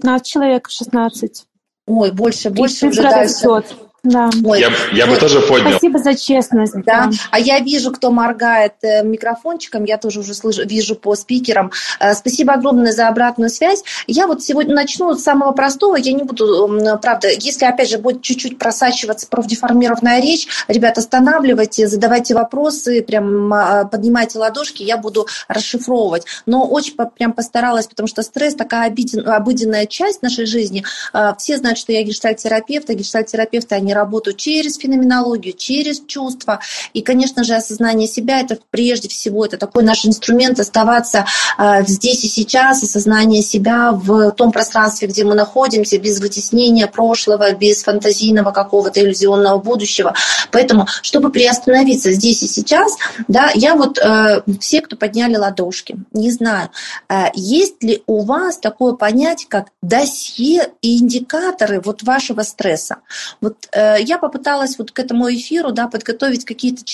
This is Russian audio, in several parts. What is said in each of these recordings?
15 человек, 16. Ой, больше уже цифра растет. Да. Ой, я бы тоже поднял. Спасибо за честность. Да. А я вижу, кто моргает микрофончиком, я тоже уже вижу по спикерам. Спасибо огромное за обратную связь. Я вот сегодня начну с самого простого. Я не буду, правда, если, опять же, будет чуть-чуть просачиваться профдеформированная речь, ребят, останавливайте, задавайте вопросы, прям поднимайте ладошки, я буду расшифровывать. Но очень прям постаралась, потому что стресс такая обыденная часть нашей жизни. Все знают, что я гештальт-терапевт, а гештальт-терапевты, они работают через феноменологию, через чувства. И, конечно же, осознание себя – это прежде всего, это такой наш инструмент оставаться здесь и сейчас, осознание себя в том пространстве, где мы находимся, без вытеснения прошлого, без фантазийного какого-то иллюзионного будущего. Поэтому, чтобы приостановиться здесь и сейчас, да, я вот все, кто подняли ладошки, не знаю, есть ли у вас такое понятие, как досье и индикаторы вот вашего стресса? Вот я попыталась вот к этому эфиру, да, подготовить какие-то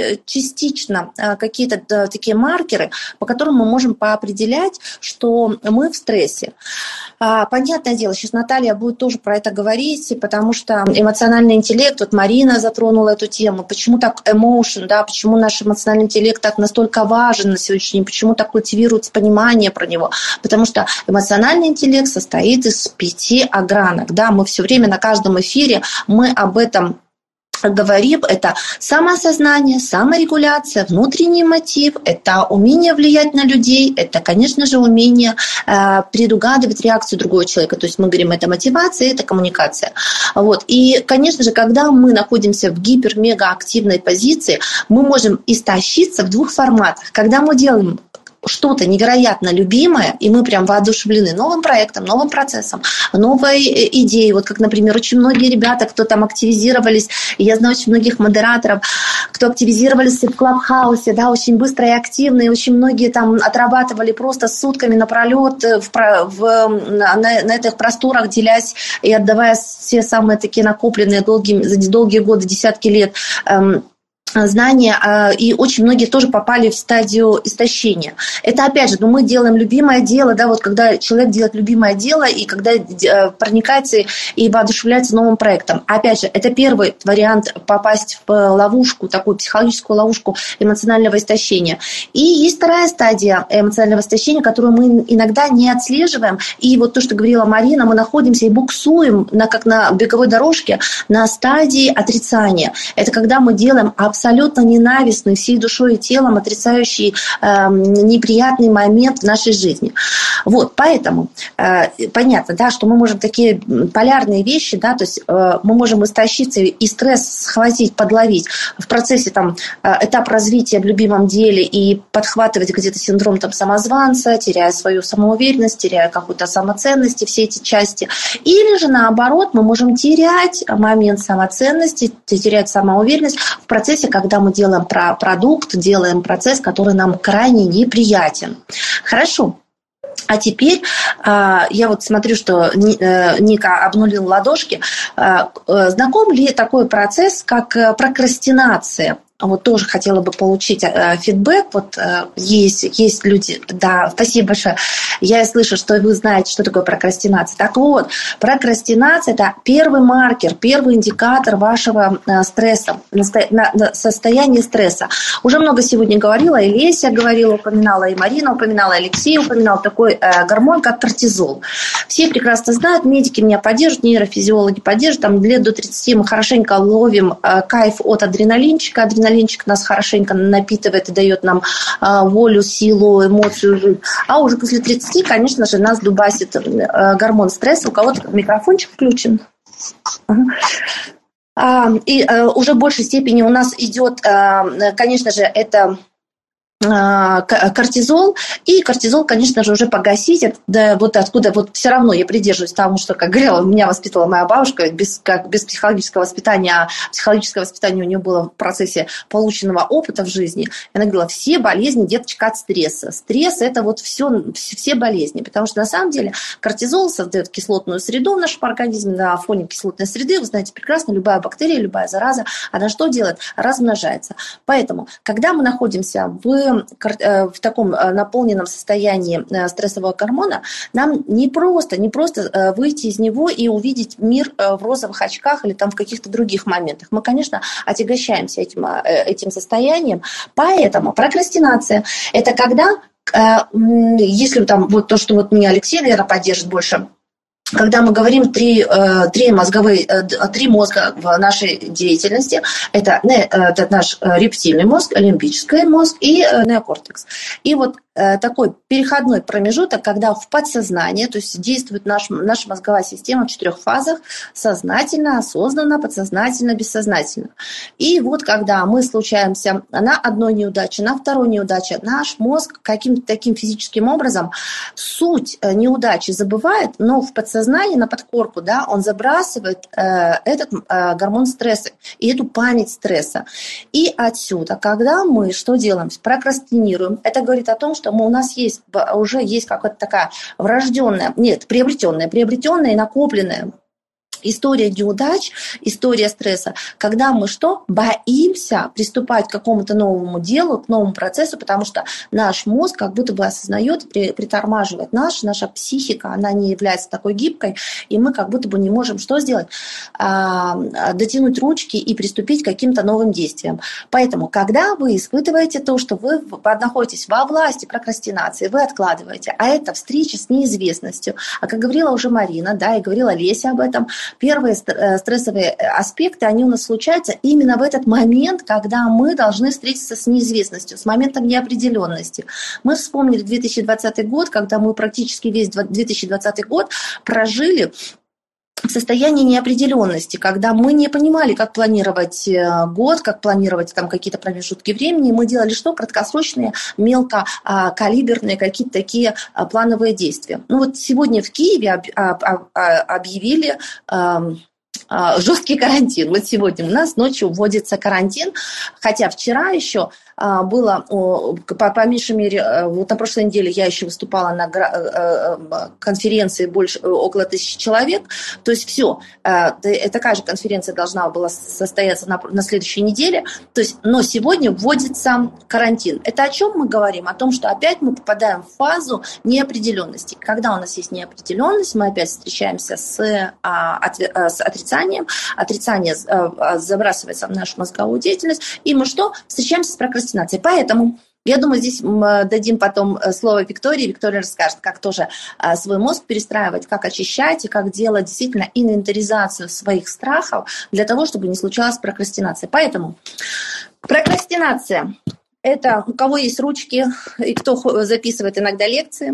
частично какие-то такие маркеры, по которым мы можем поопределять, что мы в стрессе. Понятное дело, сейчас Наталья будет тоже про это говорить, потому что эмоциональный интеллект, вот Марина затронула эту тему, почему так emotion, да, почему наш эмоциональный интеллект так настолько важен на сегодняшний день, почему так культивируется понимание про него, потому что эмоциональный интеллект состоит из 5 огранок, да, мы все время на каждом эфире, мы об этом говорим, это самоосознание, саморегуляция, внутренний мотив, это умение влиять на людей, это, конечно же, умение предугадывать реакцию другого человека. То есть мы говорим, это мотивация, это коммуникация. Вот. И, конечно же, когда мы находимся в гипер-мега-активной позиции, мы можем истощиться в 2 форматах. Когда мы делаем что-то невероятно любимое, и мы прям воодушевлены новым проектом, новым процессом, новой идеей. Вот как, например, очень многие ребята, кто там активизировались, я знаю очень многих модераторов, кто активизировались в Клабхаусе, да, очень быстро и активно, и очень многие там отрабатывали просто сутками напролет на этих просторах, делясь и отдавая все самые такие накопленные за долгие годы, десятки лет, знания, и очень многие тоже попали в стадию истощения. Это, опять же, мы делаем любимое дело, да, вот когда человек делает любимое дело, и когда проникается и воодушевляется новым проектом. Опять же, это первый вариант попасть в ловушку, такую психологическую ловушку эмоционального истощения. И есть вторая стадия эмоционального истощения, которую мы иногда не отслеживаем. И вот то, что говорила Марина, мы находимся и буксуем, как на беговой дорожке, на стадии отрицания. Это когда мы делаем абсолютно ненавистный всей душой и телом, отрицающий неприятный момент в нашей жизни. Вот, поэтому понятно, да, что мы можем такие полярные вещи, да, то есть мы можем истощиться и стресс схватить, подловить в процессе там этап развития в любимом деле и подхватывать где-то синдром там самозванца, теряя свою самоуверенность, теряя какую-то самоценность, все эти части. Или же наоборот, мы можем терять момент самоценности, терять самоуверенность в процессе, когда мы делаем продукт, делаем процесс, который нам крайне неприятен. Хорошо. А теперь я вот смотрю, что Ника обнулил ладошки. Знаком ли такой процесс, как прокрастинация? Вот тоже хотела бы получить фидбэк. Вот есть люди, да, спасибо большое. Я слышу, что вы знаете, что такое прокрастинация. Так вот, прокрастинация – это первый маркер, первый индикатор вашего стресса, состояния стресса. Уже много сегодня говорила, и Леся говорила, упоминала, и Марина упоминала, и Алексей упоминал такой гормон, как кортизол. Все прекрасно знают, медики меня поддержат, нейрофизиологи поддержат. Там лет до 30 мы хорошенько ловим кайф от адреналинчика. Адреналинчик нас хорошенько напитывает и дает нам волю, силу, эмоцию жить. А уже после 30, конечно же, нас дубасит гормон стресса. У кого-то микрофончик включен. И уже в большей степени у нас идет, конечно же, это кортизол, и кортизол, конечно же, уже погасить, да, вот откуда, вот все равно я придерживаюсь тому, что, как говорила, меня воспитывала моя бабушка, без психологического воспитания, а психологическое воспитание у нее было в процессе полученного опыта в жизни, она говорила, все болезни, деточка, от стресса. Стресс – это вот все болезни, потому что на самом деле кортизол создает кислотную среду в нашем организме, на фоне кислотной среды, вы знаете прекрасно, любая бактерия, любая зараза, она что делает? Размножается. Поэтому, когда мы находимся в в таком наполненном состоянии стрессового гормона нам не просто выйти из него и увидеть мир в розовых очках или там в каких-то других моментах. Мы, конечно, отягощаемся этим состоянием. Поэтому прокрастинация – это когда, если там вот то, что вот меня Алексей, наверное, поддержит больше, когда мы говорим три мозга в нашей деятельности, это наш рептильный мозг, лимбический мозг и неокортекс. И вот такой переходной промежуток, когда в подсознании, то есть действует наша мозговая система в 4 фазах: сознательно, осознанно, подсознательно, бессознательно. И вот когда мы случаемся на одной неудаче, на второй неудаче, наш мозг каким-то таким физическим образом суть неудачи забывает, но в подсознании, на подкорку, да, он забрасывает этот гормон стресса и эту память стресса. И отсюда, когда мы что делаем? Прокрастинируем. Это говорит о том, что у нас уже есть какая-то такая приобретенная и накопленная история неудач, история стресса, когда мы боимся приступать к какому-то новому делу, к новому процессу, потому что наш мозг как будто бы осознает, притормаживает наша психика, она не является такой гибкой, и мы как будто бы не можем что сделать? Дотянуть ручки и приступить к каким-то новым действиям. Поэтому, когда вы испытываете то, что вы находитесь во власти прокрастинации, вы откладываете, а это встреча с неизвестностью. А как говорила уже Марина, да, и говорила Леся об этом, первые стрессовые аспекты, они у нас случаются именно в этот момент, когда мы должны встретиться с неизвестностью, с моментом неопределенности. Мы вспомнили 2020 год, когда мы практически весь 2020 год прожили в состоянии неопределенности, когда мы не понимали, как планировать год, как планировать там какие-то промежутки времени. Мы делали что? Краткосрочные, мелкокалиберные какие-то такие плановые действия. Ну вот сегодня в Киеве объявили жесткий карантин. Вот сегодня у нас ночью вводится карантин, хотя вчера еще было, по меньшей мере, вот на прошлой неделе я еще выступала на конференции около 1000 человек. То есть все, такая же конференция должна была состояться на следующей неделе. То есть, но сегодня вводится карантин. Это о чем мы говорим? О том, что опять мы попадаем в фазу неопределенности. Когда у нас есть неопределенность, мы опять встречаемся с отрицанием. Отрицание забрасывается в нашу мозговую деятельность. И мы встречаемся с прокрастинацией. Поэтому, я думаю, здесь мы дадим потом слово Виктории. Виктория расскажет, как тоже свой мозг перестраивать, как очищать и как делать действительно инвентаризацию своих страхов для того, чтобы не случалась прокрастинация. Поэтому прокрастинация – это у кого есть ручки и кто записывает иногда лекции.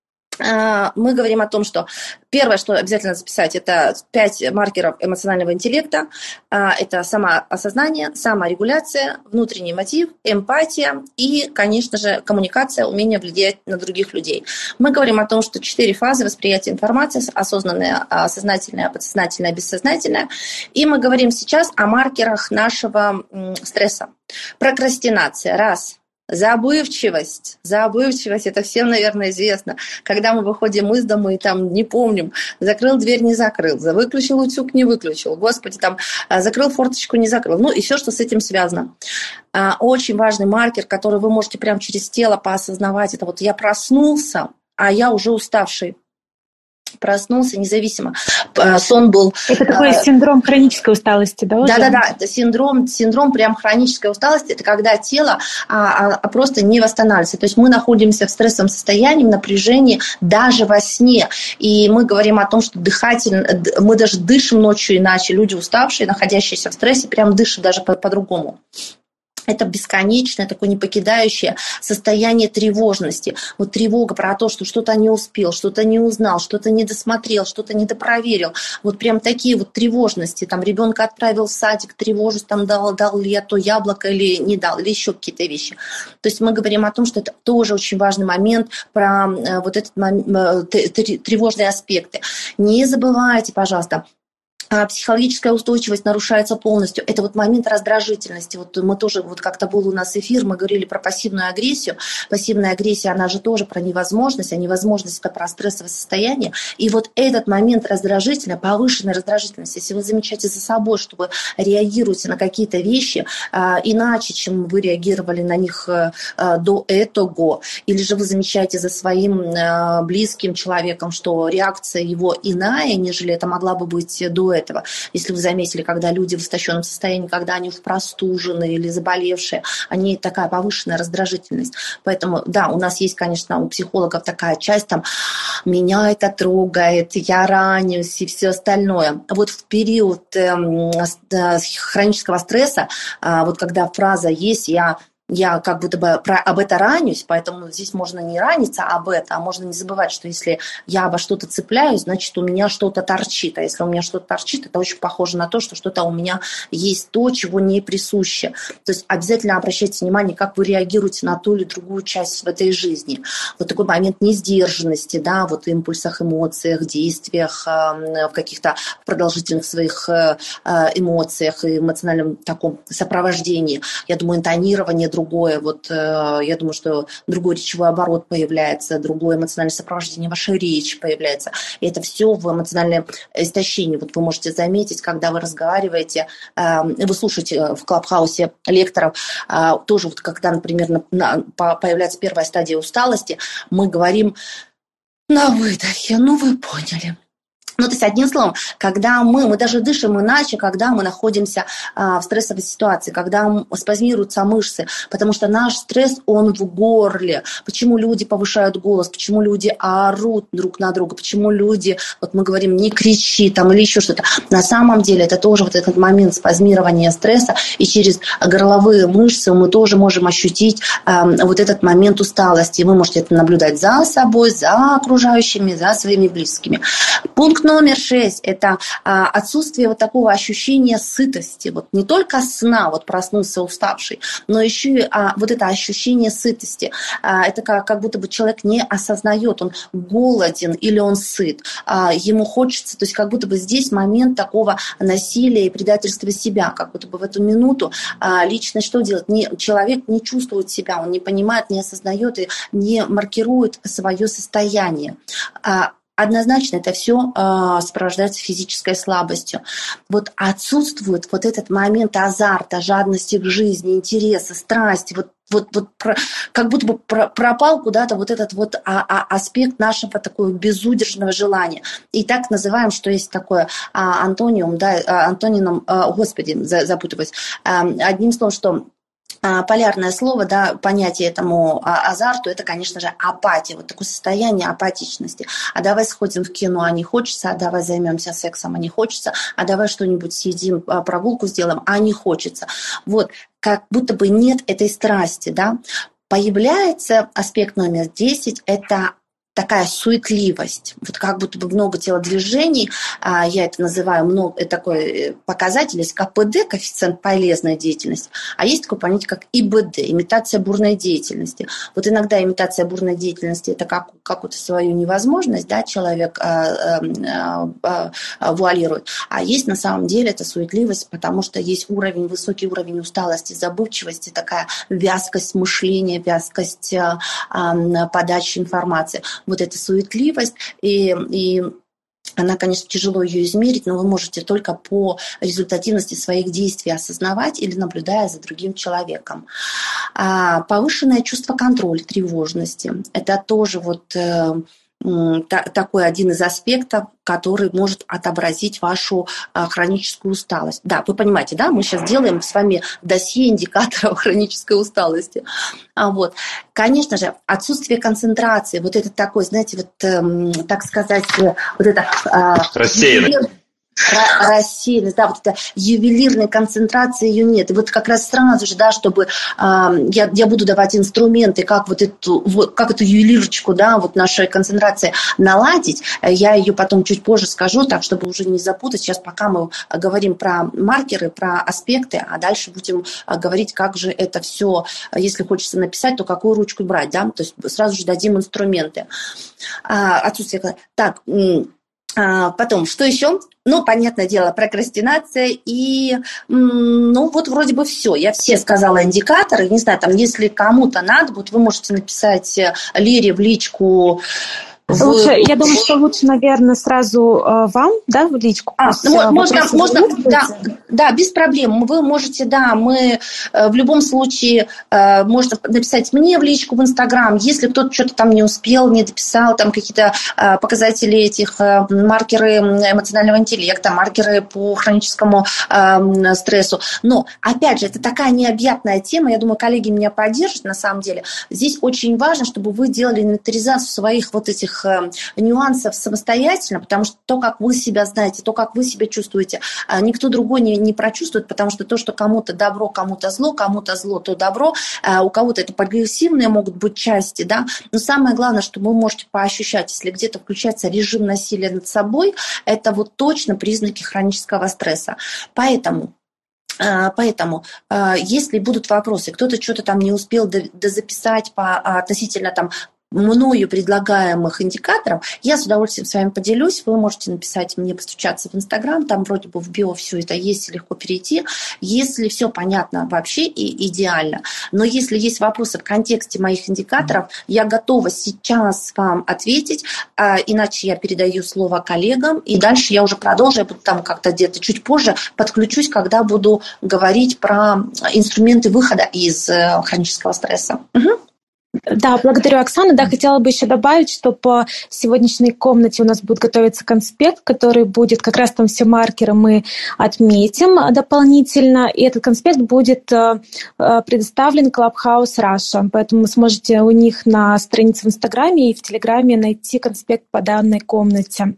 Мы говорим о том, что первое, что обязательно записать, это 5 маркеров эмоционального интеллекта. Это самоосознание, саморегуляция, внутренний мотив, эмпатия и, конечно же, коммуникация, умение влиять на других людей. Мы говорим о том, что 4 фазы восприятия информации: осознанная, сознательная, подсознательная, бессознательная. И мы говорим сейчас о маркерах нашего стресса. Прокрастинация – раз. Забывчивость, это всем, наверное, известно. Когда мы выходим из дома и там не помним, закрыл дверь, не закрыл, выключил утюг, не выключил, господи, там закрыл форточку, не закрыл. Ну и все, что с этим связано. Очень важный маркер, который вы можете прямо через тело поосознавать, это вот я проснулся, а я уже уставший. Проснулся независимо. Сон был... Это такой синдром хронической усталости, да? Да. Это синдром прям хронической усталости. Это когда тело просто не восстанавливается. То есть мы находимся в стрессовом состоянии, в напряжении даже во сне. И мы говорим о том, что мы даже дышим ночью иначе. Люди уставшие, находящиеся в стрессе, прям дышат даже по-другому. Это бесконечное, такое непокидающее состояние тревожности. Вот тревога про то, что что-то не успел, что-то не узнал, что-то не досмотрел, что-то не допроверил. Вот прям такие вот тревожности. Там ребенка отправил в садик, тревожусь, там дал ли я то яблоко или не дал, или еще какие-то вещи. То есть мы говорим о том, что это тоже очень важный момент про вот этот тревожные аспекты. Не забывайте, пожалуйста, психологическая устойчивость нарушается полностью. Это вот момент раздражительности. Вот мы тоже, вот как-то был у нас эфир, мы говорили про пассивную агрессию. Пассивная агрессия, она же тоже про невозможность, а невозможность – это про стрессовое состояние. И вот этот момент раздражительной, повышенной раздражительности, если вы замечаете за собой, что вы реагируете на какие-то вещи иначе, чем вы реагировали на них до этого, или же вы замечаете за своим близким человеком, что реакция его иная, нежели это могла бы быть до этого. Если вы заметили, когда люди в истощенном состоянии, когда они простужены или заболевшие, они такая повышенная раздражительность. Поэтому, да, у нас есть, конечно, у психологов такая часть, там, меня это трогает, я ранюсь и все остальное. Вот в период хронического стресса, вот когда фраза есть, я как будто бы об это ранюсь, поэтому здесь можно не раниться об этом, а можно не забывать, что если я обо что-то цепляюсь, значит, у меня что-то торчит. А если у меня что-то торчит, это очень похоже на то, что что-то у меня есть то, чего не присуще. То есть обязательно обращайте внимание, как вы реагируете на ту или другую часть в этой жизни. Вот такой момент несдержанности, да, вот в импульсах, эмоциях, действиях, в каких-то продолжительных своих эмоциях и эмоциональном таком сопровождении. Я думаю, интонирование другое. Вот я думаю, что другой речевой оборот появляется, другое эмоциональное сопровождение вашей речи появляется. И это все в эмоциональном истощении. Вот вы можете заметить, когда вы разговариваете, вы слушаете в Клабхаусе лекторов, тоже вот когда, например, появляется первая стадия усталости, мы говорим на выдохе, ну вы поняли. Ну, то есть, одним словом, когда мы даже дышим иначе, когда мы находимся в стрессовой ситуации, когда спазмируются мышцы, потому что наш стресс, он в горле. Почему люди повышают голос, почему люди орут друг на друга, почему люди, вот мы говорим, не кричи там или еще что-то. На самом деле это тоже вот этот момент спазмирования стресса, и через горловые мышцы мы тоже можем ощутить вот этот момент усталости. И вы можете это наблюдать за собой, за окружающими, за своими близкими. Пункт номер 6 – это отсутствие вот такого ощущения сытости. Вот не только сна, вот проснулся уставший, но еще и вот это ощущение сытости. Это как будто бы человек не осознает, он голоден или он сыт. Ему хочется, то есть как будто бы здесь момент такого насилия и предательства себя. Как будто бы в эту минуту личность что делает? Человек не чувствует себя, он не понимает, не осознает и не маркирует свое состояние. Однозначно это все сопровождается физической слабостью. Вот отсутствует вот этот момент азарта, жадности к жизни, интереса, страсти. Вот как будто бы пропал куда-то вот этот вот аспект нашего такого безудержного желания. И так называем, что есть такое антонимом, да, антонимом, господи, запутываюсь. Одним словом, что полярное слово, да, понятие этому азарту, это, конечно же, апатия, вот такое состояние апатичности. А давай сходим в кино, а не хочется, а давай займемся сексом, а не хочется, а давай что-нибудь съедим, прогулку сделаем, а не хочется. Вот, как будто бы нет этой страсти, да. Появляется аспект номер 10, это такая суетливость, вот как будто бы много телодвижений, я это называю, такой показатель, есть КПД, коэффициент полезной деятельности, а есть такое понятие, как ИБД, имитация бурной деятельности. Вот иногда имитация бурной деятельности – это какую-то свою невозможность, да, человек вуалирует, а есть на самом деле это суетливость, потому что есть высокий уровень усталости, забывчивости, такая вязкость мышления, вязкость подачи информации. Вот эта суетливость, и она, конечно, тяжело ее измерить, но вы можете только по результативности своих действий осознавать или наблюдая за другим человеком. Повышенное чувство контроля, тревожности – это тоже вот такой один из аспектов, который может отобразить вашу хроническую усталость. Да, вы понимаете, да, мы сейчас делаем с вами досье индикаторов хронической усталости. Вот. Конечно же, отсутствие концентрации, вот это такой, знаете, вот, так сказать, вот это… Рассеянность. Рассеянность, да, вот эта ювелирной концентрации ее нет. И вот как раз сразу же, да, чтобы я буду давать инструменты, как эту ювелирочку, да, вот нашей концентрации наладить, я ее потом чуть позже скажу, так, чтобы уже не запутать. Сейчас пока мы говорим про маркеры, про аспекты, а дальше будем говорить, как же это все, если хочется написать, то какую ручку брать, да, то есть сразу же дадим инструменты. Отсутствие. Так, Потом, что еще? Ну, понятное дело, прокрастинация и, ну, вот вроде бы все. Я все сказала индикаторы. Не знаю, там, если кому-то надо, вот вы можете написать Лере в личку. Лучше, я думаю, что лучше, наверное, сразу вам, да, в личку. Можно, да, без проблем. Вы можете, да, мы в любом случае можно написать мне в личку в Инстаграм, если кто-то что-то там не успел, не дописал, там какие-то показатели этих маркеры эмоционального интеллекта, маркеры по хроническому стрессу. Но, опять же, это такая необъятная тема, я думаю, коллеги меня поддержат на самом деле. Здесь очень важно, чтобы вы делали инвентаризацию своих вот этих нюансов самостоятельно, потому что то, как вы себя знаете, то, как вы себя чувствуете, никто другой не прочувствует, потому что то, что кому-то добро, кому-то зло, то добро, у кого-то это прогрессивные могут быть части, да, но самое главное, что вы можете поощущать, если где-то включается режим насилия над собой, это вот точно признаки хронического стресса. Поэтому, если будут вопросы, кто-то что-то там не успел дозаписать относительно там мною предлагаемых индикаторов, я с удовольствием с вами поделюсь. Вы можете написать мне, постучаться в Инстаграм, там вроде бы в био все это есть, легко перейти. Если все понятно вообще и идеально, но если есть вопросы в контексте моих индикаторов, я готова сейчас вам ответить, иначе я передаю слово коллегам, и дальше я уже продолжу, я буду там как-то где-то чуть позже подключусь, когда буду говорить про инструменты выхода из хронического стресса. Угу. Да, благодарю, Оксана. Да, хотела бы еще добавить, что по сегодняшней комнате у нас будет готовиться конспект, который будет, как раз там все маркеры мы отметим дополнительно, и этот конспект будет предоставлен Clubhouse Russia, поэтому вы сможете у них на странице в Инстаграме и в Телеграме найти конспект по данной комнате.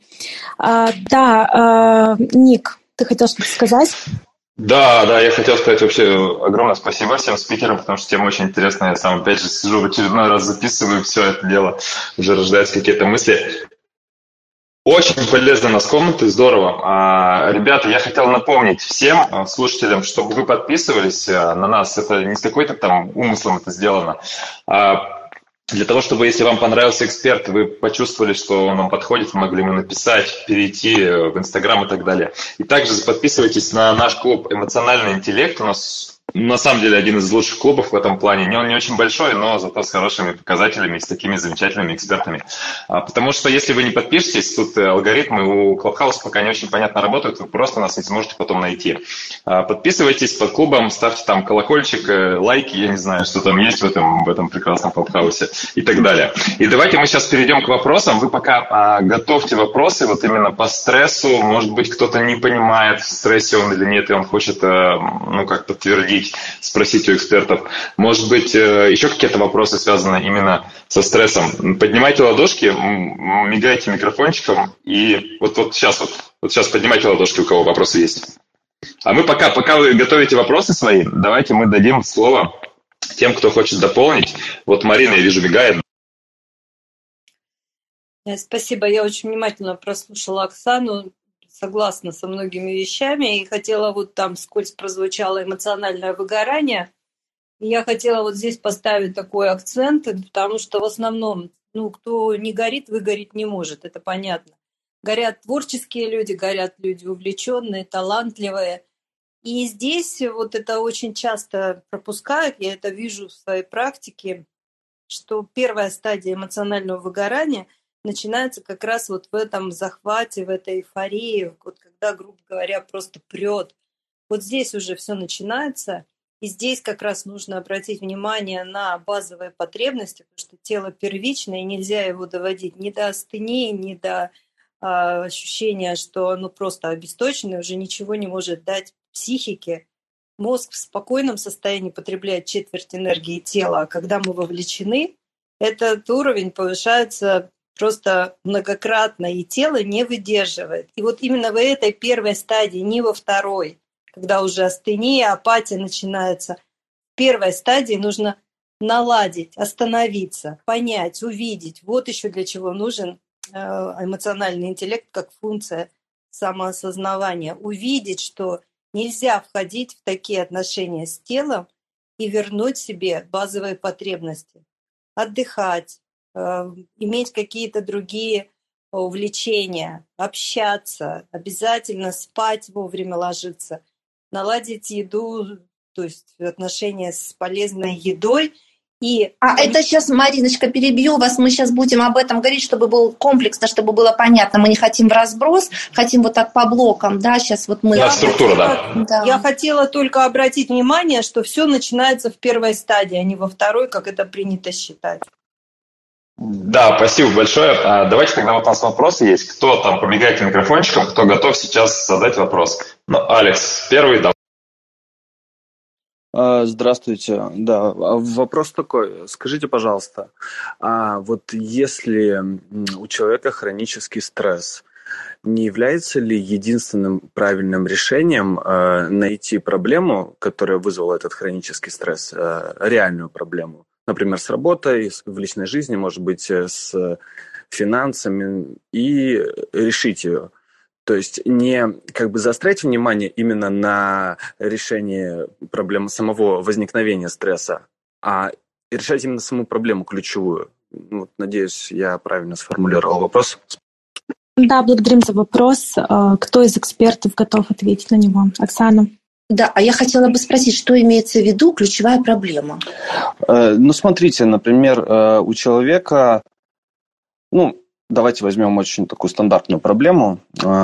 Ник, ты хотел что-то сказать? Да, я хотел сказать вообще огромное спасибо всем спикерам, потому что тема очень интересная. Я сам опять же сижу в очередной раз, записываю все это дело, уже рождаются какие-то мысли. Очень полезно у нас комнаты, здорово. Ребята, я хотел напомнить всем слушателям, чтобы вы подписывались на нас. Это не с какой-то там умыслом это сделано. Для того, чтобы, если вам понравился эксперт, вы почувствовали, что он вам подходит, вы могли ему написать, перейти в Инстаграм и так далее. И также подписывайтесь на наш клуб «Эмоциональный интеллект». У нас на самом деле один из лучших клубов в этом плане. Он не очень большой, но зато с хорошими показателями и с такими замечательными экспертами. Потому что если вы не подпишетесь, тут алгоритмы у Clubhouse пока не очень понятно работают, вы просто нас не сможете потом найти. Подписывайтесь под клубом, ставьте там колокольчик, лайки, я не знаю, что там есть в этом прекрасном Clubhouse и так далее. И давайте мы сейчас перейдем к вопросам. Вы пока готовьте вопросы вот именно по стрессу. Может быть, кто-то не понимает, в стрессе он или нет, и он хочет, как подтвердить, спросить у экспертов. Может быть, еще какие-то вопросы связаны именно со стрессом. Поднимайте ладошки, мигайте микрофончиком, и вот сейчас поднимайте ладошки, у кого вопросы есть. А мы пока вы готовите вопросы свои, давайте мы дадим слово тем, кто хочет дополнить. Вот Марина, я вижу, бегает. Спасибо, я очень внимательно прослушала Оксану, согласна со многими вещами, и хотела вот там скользь прозвучало эмоциональное выгорание. И я хотела вот здесь поставить такой акцент, потому что в основном, кто не горит, выгореть не может, это понятно. Горят творческие люди, горят люди увлеченные, талантливые. И здесь вот это очень часто пропускают, я это вижу в своей практике, что первая стадия эмоционального выгорания начинается как раз вот в этом захвате, в этой эйфории, вот когда, грубо говоря, просто прет. Вот здесь уже все начинается, и здесь как раз нужно обратить внимание на базовые потребности, потому что тело первичное, и нельзя его доводить ни до астении, ни до ощущения, что оно просто обесточено, уже ничего не может дать психике. Мозг в спокойном состоянии потребляет четверть энергии тела, а когда мы вовлечены, этот уровень повышается просто многократно, и тело не выдерживает. И вот именно в этой первой стадии, не во второй, когда уже астения, апатия начинается, в первой стадии нужно наладить, остановиться, понять, увидеть. Вот еще для чего нужен эмоциональный интеллект как функция самоосознавания. Увидеть, что нельзя входить в такие отношения с телом и вернуть себе базовые потребности. Отдыхать, иметь какие-то другие увлечения, общаться, обязательно спать, вовремя ложиться, наладить еду, то есть отношения с полезной едой. Это сейчас, Мариночка, перебью вас, мы сейчас будем об этом говорить, чтобы был комплексно, чтобы было понятно. Мы не хотим в разброс, хотим вот так по блокам, да, сейчас вот мы... Структура, да. Я хотела только обратить внимание, что все начинается в первой стадии, а не во второй, как это принято считать. Да, спасибо большое. Давайте тогда вот у нас вопросы есть. Кто там побегает к микрофончикам, кто готов сейчас задать вопрос? Алекс, первый, да. Здравствуйте. Да, вопрос такой. Скажите, пожалуйста, вот если у человека хронический стресс, не является ли единственным правильным решением найти проблему, которая вызвала этот хронический стресс, реальную проблему? Например, с работой, в личной жизни, может быть, с финансами, и решить ее? То есть не как бы заострять внимание именно на решении проблемы самого возникновения стресса, а решать именно саму проблему ключевую. Вот, надеюсь, я правильно сформулировал вопрос. Да, благодарим за вопрос. Кто из экспертов готов ответить на него? Оксана. Да, а я хотела бы спросить, что имеется в виду ключевая проблема? Смотрите, например, у человека, давайте возьмем очень такую стандартную проблему.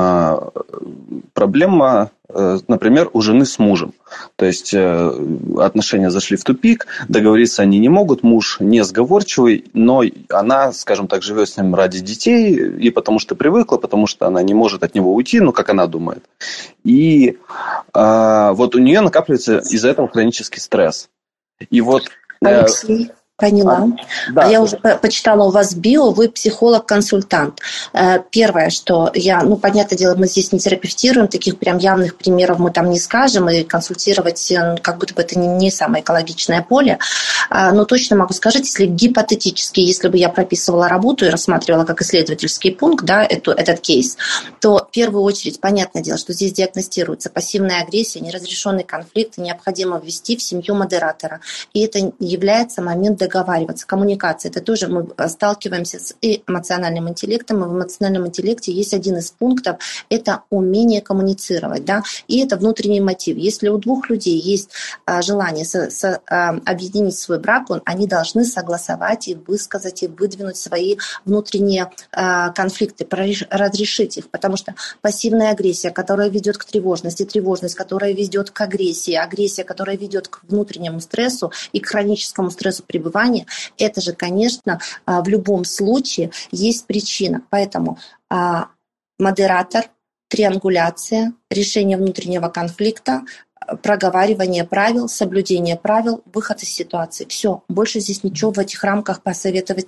Проблема, например, у жены с мужем. То есть отношения зашли в тупик, договориться они не могут, муж не сговорчивый, но она, скажем так, живет с ним ради детей, и потому что привыкла, потому что она не может от него уйти, как она думает. И вот у нее накапливается из-за этого хронический стресс. И вот... Алексей. Поняла. Да. Я уже почитала у вас био, вы психолог-консультант. Первое, что понятное дело, мы здесь не терапевтируем, таких прям явных примеров мы там не скажем, и консультировать как будто бы это не самое экологичное поле. Но точно могу сказать, если гипотетически, если бы я прописывала работу и рассматривала как исследовательский пункт, да, этот кейс, то в первую очередь, понятное дело, что здесь диагностируется пассивная агрессия, неразрешенный конфликт, и необходимо ввести в семью модератора. И это является момент договариваться, коммуникация. Это тоже мы сталкиваемся с эмоциональным интеллектом, и в эмоциональном интеллекте есть один из пунктов, это умение коммуницировать, да, и это внутренний мотив. Если у двух людей есть желание объединить свой брак, они должны согласовать и высказать, и выдвинуть свои внутренние конфликты, разрешить их, потому что пассивная агрессия, которая ведет к тревожности, тревожность, которая ведет к агрессии, агрессия, которая ведет к внутреннему стрессу и к хроническому стрессу пребывания, это же, конечно, в любом случае есть причина. Поэтому модератор, триангуляция, решение внутреннего конфликта, проговаривание правил, соблюдение правил, выход из ситуации. Все, больше здесь ничего в этих рамках посоветовать.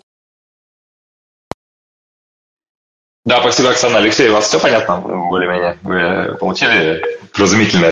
Да, спасибо, Оксана. Алексей, у вас все понятно более-менее? Вы получили разумительное?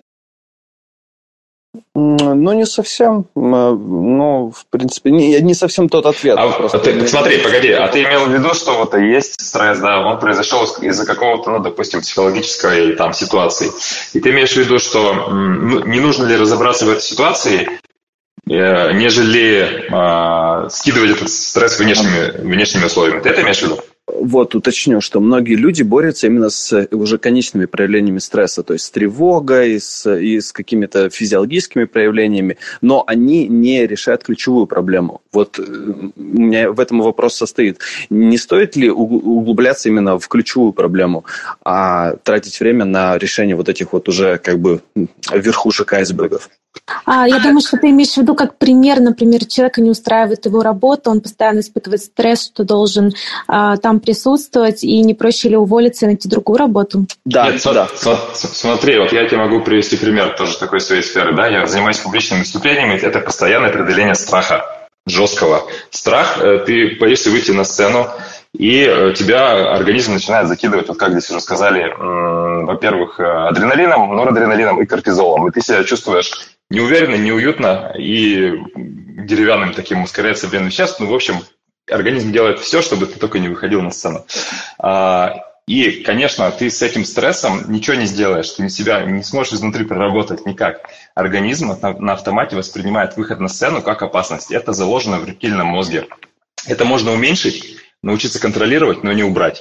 Не совсем. В принципе, не совсем тот ответ. Смотри, погоди, а ты имел в виду, что вот есть стресс, да, он произошел из-за какого-то, допустим, психологической ситуации. И ты имеешь в виду, что не нужно ли разобраться в этой ситуации, нежели скидывать этот стресс внешними условиями. Ты это имеешь в виду? Вот, уточню, что многие люди борются именно с уже конечными проявлениями стресса, то есть с тревогой, и с какими-то физиологическими проявлениями, но они не решают ключевую проблему. Вот у меня в этом вопрос состоит. Не стоит ли углубляться именно в ключевую проблему, а тратить время на решение вот этих вот уже верхушек айсбергов? Я думаю, что ты имеешь в виду как пример, например, человека не устраивает его работа, он постоянно испытывает стресс, что должен там присутствовать, и не проще ли уволиться и найти другую работу? Да. Нет, смотри, вот я тебе могу привести пример тоже такой своей сферы, да, я занимаюсь публичными выступлениями, это постоянное преодоление страха, жесткого. Страх, ты боишься выйти на сцену, и тебя организм начинает закидывать, вот как здесь уже сказали, во-первых, адреналином, норадреналином и кортизолом. И ты себя чувствуешь неуверенно, неуютно и деревянным таким ускоряет собственный веществ. В общем, организм делает все, чтобы ты только не выходил на сцену. И, конечно, ты с этим стрессом ничего не сделаешь, ты себя не сможешь изнутри проработать никак. Организм на автомате воспринимает выход на сцену как опасность. Это заложено в рептильном мозге. Это можно уменьшить, научиться контролировать, но не убрать.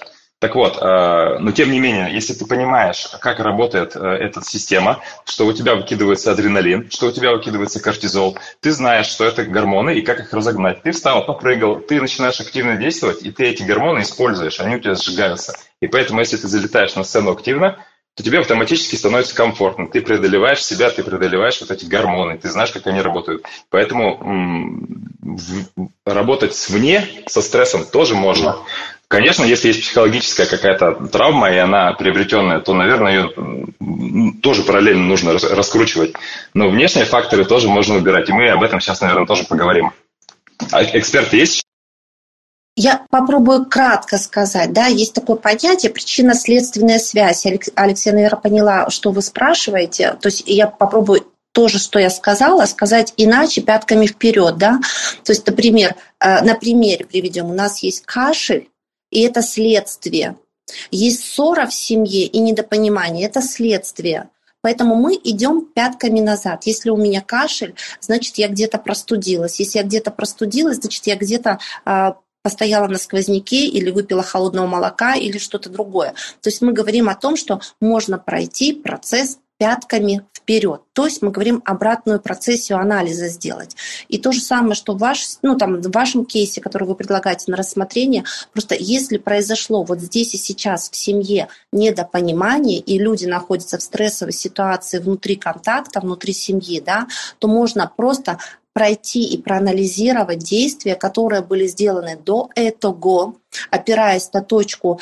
Так вот, но тем не менее, если ты понимаешь, как работает эта система, что у тебя выкидывается адреналин, что у тебя выкидывается кортизол, ты знаешь, что это гормоны и как их разогнать. Ты встал, попрыгал, ты начинаешь активно действовать, и ты эти гормоны используешь, они у тебя сжигаются. И поэтому, если ты залетаешь на сцену активно, то тебе автоматически становится комфортно. Ты преодолеваешь себя, ты преодолеваешь вот эти гормоны, ты знаешь, как они работают. Поэтому работать вне со стрессом тоже можно. Конечно, если есть психологическая какая-то травма, и она приобретенная, то, наверное, ее тоже параллельно нужно раскручивать. Но внешние факторы тоже можно убирать. И мы об этом сейчас, наверное, тоже поговорим. А эксперты есть? Я попробую кратко сказать. Да, есть такое понятие причинно-следственная связь. Алексей, наверное, поняла, что вы спрашиваете. То есть я попробую то же, что я сказала, сказать иначе, пятками вперед. Да? То есть, например, на примере приведем. У нас есть кашель, и это следствие. Есть ссора в семье и недопонимание. Это следствие. Поэтому мы идем пятками назад. Если у меня кашель, значит, я где-то простудилась. Если я где-то простудилась, значит, я где-то постояла на сквозняке или выпила холодного молока или что-то другое. То есть мы говорим о том, что можно пройти процесс пятками вперед. То есть мы говорим обратную процессию анализа сделать. И то же самое, что в вашем кейсе, который вы предлагаете на рассмотрение, просто если произошло вот здесь и сейчас в семье недопонимание, и люди находятся в стрессовой ситуации внутри контакта, внутри семьи, да, то можно просто пройти и проанализировать действия, которые были сделаны до этого, опираясь на точку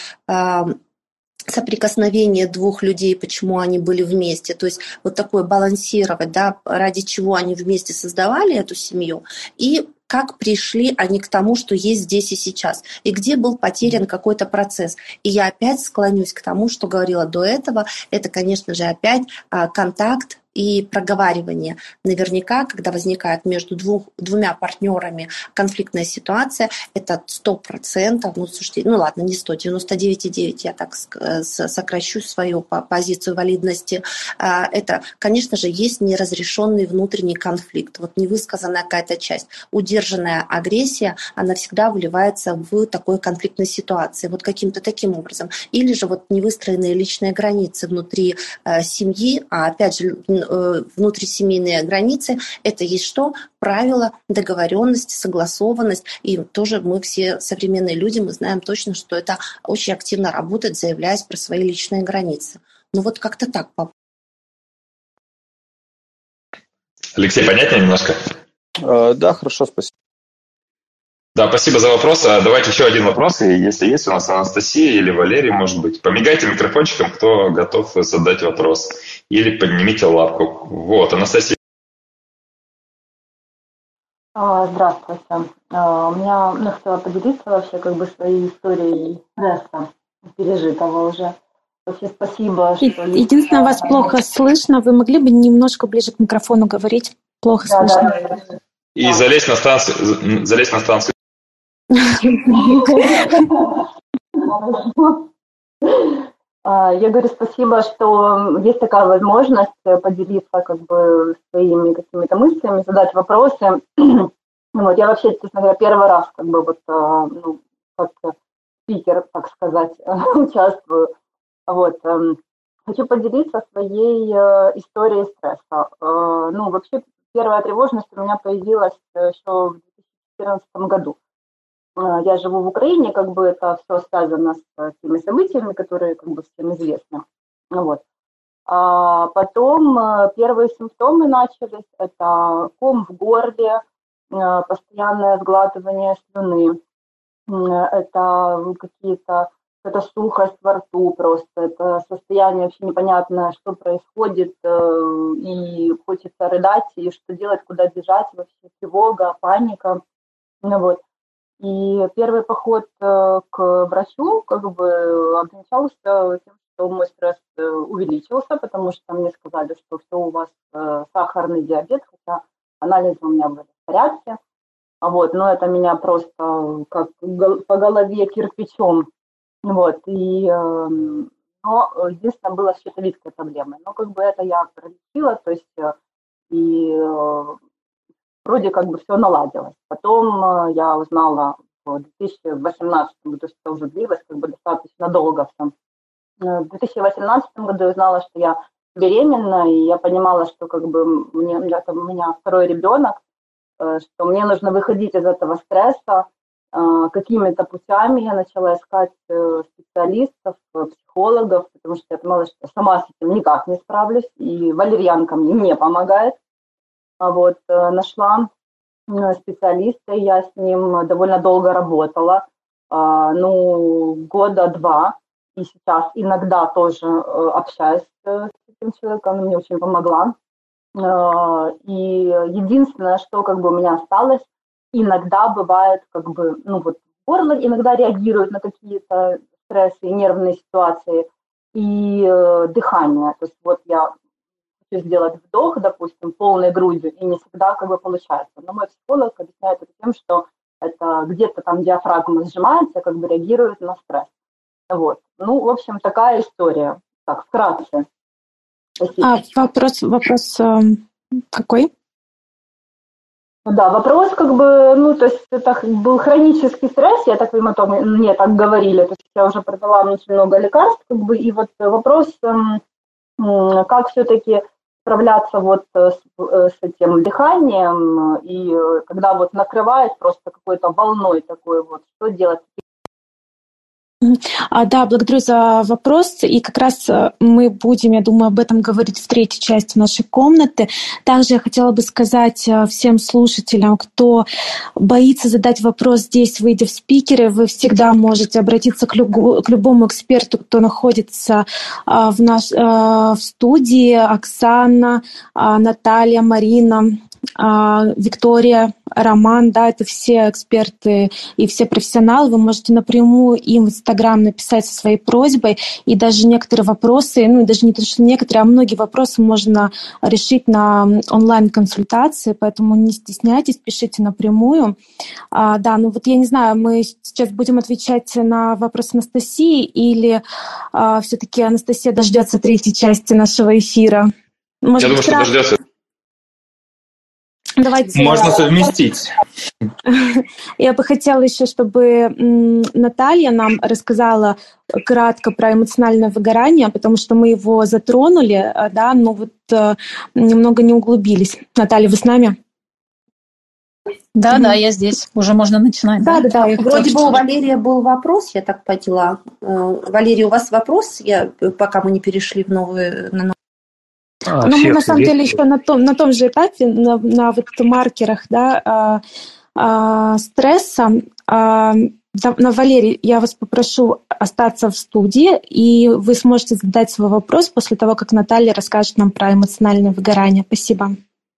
соприкосновения двух людей, почему они были вместе. То есть вот такое балансировать, да, ради чего они вместе создавали эту семью, и как пришли они к тому, что есть здесь и сейчас, и где был потерян какой-то процесс. И я опять склонюсь к тому, что говорила до этого, это, конечно же, опять контакт и проговаривание. Наверняка, когда возникает между двумя партнерами конфликтная ситуация, это 100%, не 100, 99,9, я так сокращу свою позицию валидности, это, конечно же, есть неразрешенный внутренний конфликт, вот невысказанная какая-то часть. Удержанная агрессия, она всегда выливается в такой конфликтной ситуации, вот каким-то таким образом. Или же вот невыстроенные личные границы внутри семьи, а опять же, внутрисемейные границы, это есть что? Правила, договоренность, согласованность. И тоже мы все современные люди, мы знаем точно, что это очень активно работает, заявляясь про свои личные границы. Ну вот как-то так. Алексей, понятнее немножко? Да, хорошо, спасибо. Да, спасибо за вопрос. Давайте еще один вопрос. И если есть у нас Анастасия или Валерий, может быть, помигайте микрофончиком, кто готов задать вопрос. Или поднимите лапку. Вот, Анастасия. Здравствуйте. У меня, хотела поделиться вообще своей историей стресса, пережитого уже. Вообще спасибо, что... Единственное, вас плохо слышно. Вы могли бы немножко ближе к микрофону говорить? Плохо слышно. Да. И залезть на станцию. Я говорю спасибо, что есть такая возможность поделиться своими какими-то мыслями, задать вопросы. Вот, я вообще, честно говоря, первый раз как спикер, так сказать, участвую. Вот, хочу поделиться своей историей стресса. Вообще, первая тревожность у меня появилась еще в 2014 году. Я живу в Украине, это все связано с теми событиями, которые всем известны. Вот. А потом первые симптомы начались. Это ком в горле, постоянное сглатывание слюны, это это сухость во рту просто, это состояние вообще непонятное, что происходит, и хочется рыдать, и что делать, куда бежать, вообще тревога, паника. Вот. И первый поход к врачу обозначался тем, что мой стресс увеличился, потому что мне сказали, что все, у вас сахарный диабет, хотя анализы у меня были в порядке. Вот, но это меня просто как по голове кирпичом. Вот, но единственное, было щитовидской проблемой. Но это я пролечила, то есть и вроде все наладилось. Потом я узнала в 2018 году, то есть это уже длилось как бы достаточно долго все. В 2018 году я узнала, что я беременна, и я понимала, что как бы у меня второй ребенок, что мне нужно выходить из этого стресса. Какими-то путями я начала искать специалистов, психологов, потому что я понимала, что сама с этим никак не справлюсь, и валерьянка мне не помогает. Вот, нашла специалиста, я с ним довольно долго работала, 2 года, и сейчас иногда тоже общаюсь с этим человеком, она мне очень помогла. И единственное, что как бы у меня осталось, иногда бывает как бы, горло иногда реагирует на какие-то стрессы и нервные ситуации, и дыхание. То есть вот я хочу сделать вдох, допустим, полной грудью, и не всегда как бы получается. Но мой психолог объясняет это тем, что это где-то там диафрагма сжимается, как бы реагирует на стресс. Вот. В общем, такая история. Так, вкратце. Спасибо. Вопрос какой? Да, вопрос как бы, то есть это был хронический стресс, я так понимаю, мне так говорили, то есть я уже продала очень много лекарств, как бы, и вот вопрос, как все-таки справляться вот с этим дыханием, и когда вот накрывает просто какой-то волной такой вот, что делать? Да, благодарю за вопрос. И как раз мы будем, я думаю, об этом говорить в третьей части нашей комнаты. Также я хотела бы сказать всем слушателям, кто боится задать вопрос здесь, выйдя в спикеры, вы всегда можете обратиться к любому эксперту, кто находится в студии. Оксана, Наталья, Марина, Виктория, Роман, да, это все эксперты и все профессионалы. Вы можете напрямую им в Инстаграм написать со своей просьбой, и даже некоторые вопросы, даже не то, что некоторые, а многие вопросы можно решить на онлайн-консультации, поэтому не стесняйтесь, пишите напрямую. Да, я не знаю, мы сейчас будем отвечать на вопрос Анастасии, или все-таки Анастасия дождется третьей части нашего эфира? Я думаю, что дождется. Давайте. Можно совместить. Я бы хотела еще, чтобы Наталья нам рассказала кратко про эмоциональное выгорание, потому что мы его затронули, да, но немного не углубились. Наталья, вы с нами? Да, я здесь. Уже можно начинать. Да. Вроде бы у Валерии был вопрос, я так поняла. Валерия, у вас вопрос? Пока мы не перешли на новую. Но мы на самом деле еще на том же этапе, на маркерах, да, стресса. Валерий, я вас попрошу остаться в студии, и вы сможете задать свой вопрос после того, как Наталья расскажет нам про эмоциональное выгорание. Спасибо.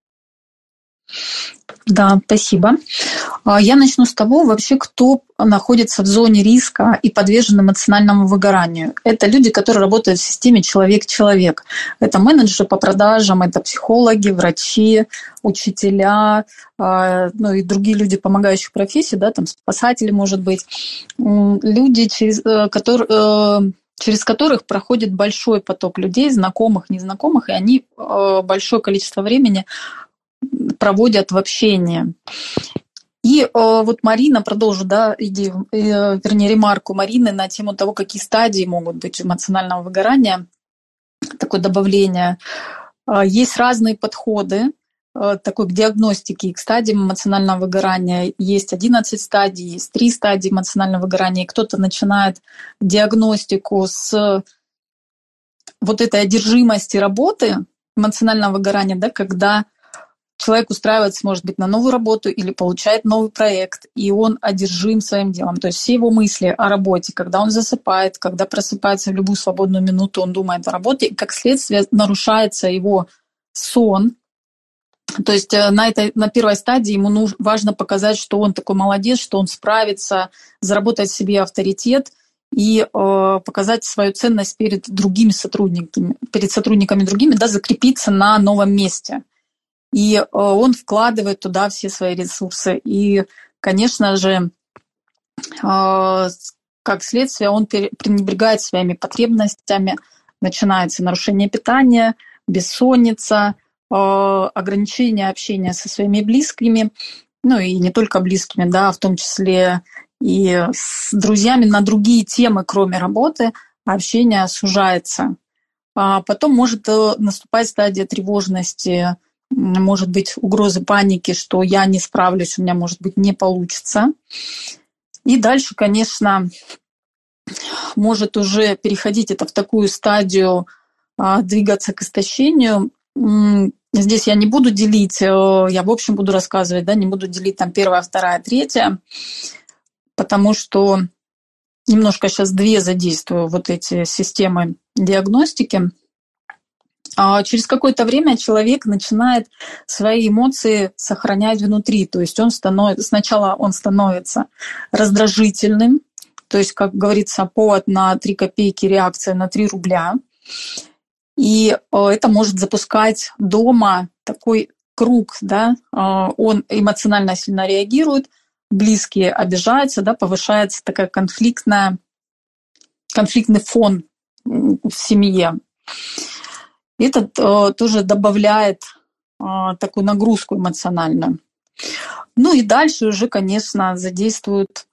Да, спасибо. Я начну с того, вообще, кто находится в зоне риска и подвержен эмоциональному выгоранию. Это люди, которые работают в системе человек-человек. Это менеджеры по продажам, это психологи, врачи, учителя, и другие люди помогающих профессий, да, там спасатели, может быть. Люди, через которых проходит большой поток людей, знакомых, незнакомых, и они большое количество времени проводят в общении. И вот Марина, продолжу, да, ремарку Марины на тему того, какие стадии могут быть эмоционального выгорания, такое добавление. Есть разные подходы такой к диагностике и к стадиям эмоционального выгорания. Есть 11 стадий, есть 3 стадии эмоционального выгорания. И кто-то начинает диагностику с вот этой одержимости работы, эмоционального выгорания, да, когда человек устраивается, может быть, на новую работу или получает новый проект, и он одержим своим делом. То есть все его мысли о работе, когда он засыпает, когда просыпается в любую свободную минуту, он думает о работе, и как следствие нарушается его сон. То есть на первой стадии ему важно показать, что он такой молодец, что он справится, заработать себе авторитет и показать свою ценность перед другими сотрудниками, перед сотрудниками другими, да, закрепиться на новом месте. И он вкладывает туда все свои ресурсы. И, конечно же, как следствие, он пренебрегает своими потребностями. Начинается нарушение питания, бессонница, ограничение общения со своими близкими, и не только близкими, да, в том числе И с друзьями на другие темы, кроме работы, общение сужается. А потом может наступать стадия тревожности, может быть угрозы паники, что я не справлюсь, у меня, может быть, не получится. И дальше, конечно, может уже переходить это в такую стадию, двигаться к истощению. Здесь я не буду делить, я в общем буду рассказывать, да, не буду делить там 1, 2, 3, потому что немножко сейчас 2 задействую вот эти системы диагностики. Через какое-то время человек начинает свои эмоции сохранять внутри, то есть сначала он становится раздражительным, то есть, как говорится, повод на 3 копейки, реакция на 3 рубля. И это может запускать дома такой круг, да, он эмоционально сильно реагирует, близкие обижаются, да, повышается такой конфликтный фон в семье. Это тоже добавляет такую нагрузку эмоциональную. Ну и дальше уже, конечно, задействуются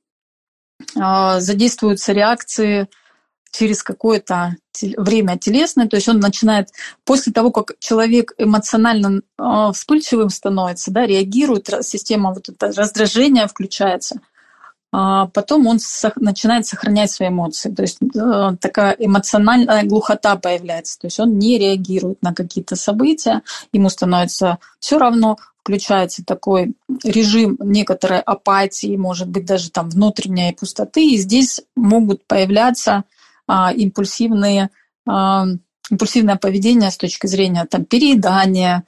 реакции через какое-то время телесное, то есть он начинает, после того, как человек эмоционально вспыльчивым становится, да, реагирует, система вот это раздражение включается, потом он начинает сохранять свои эмоции, то есть такая эмоциональная глухота появляется, то есть он не реагирует на какие-то события, ему становится все равно, включается такой режим некоторой апатии, может быть, даже там внутренней пустоты, и здесь могут появляться импульсивное поведение с точки зрения там, переедания,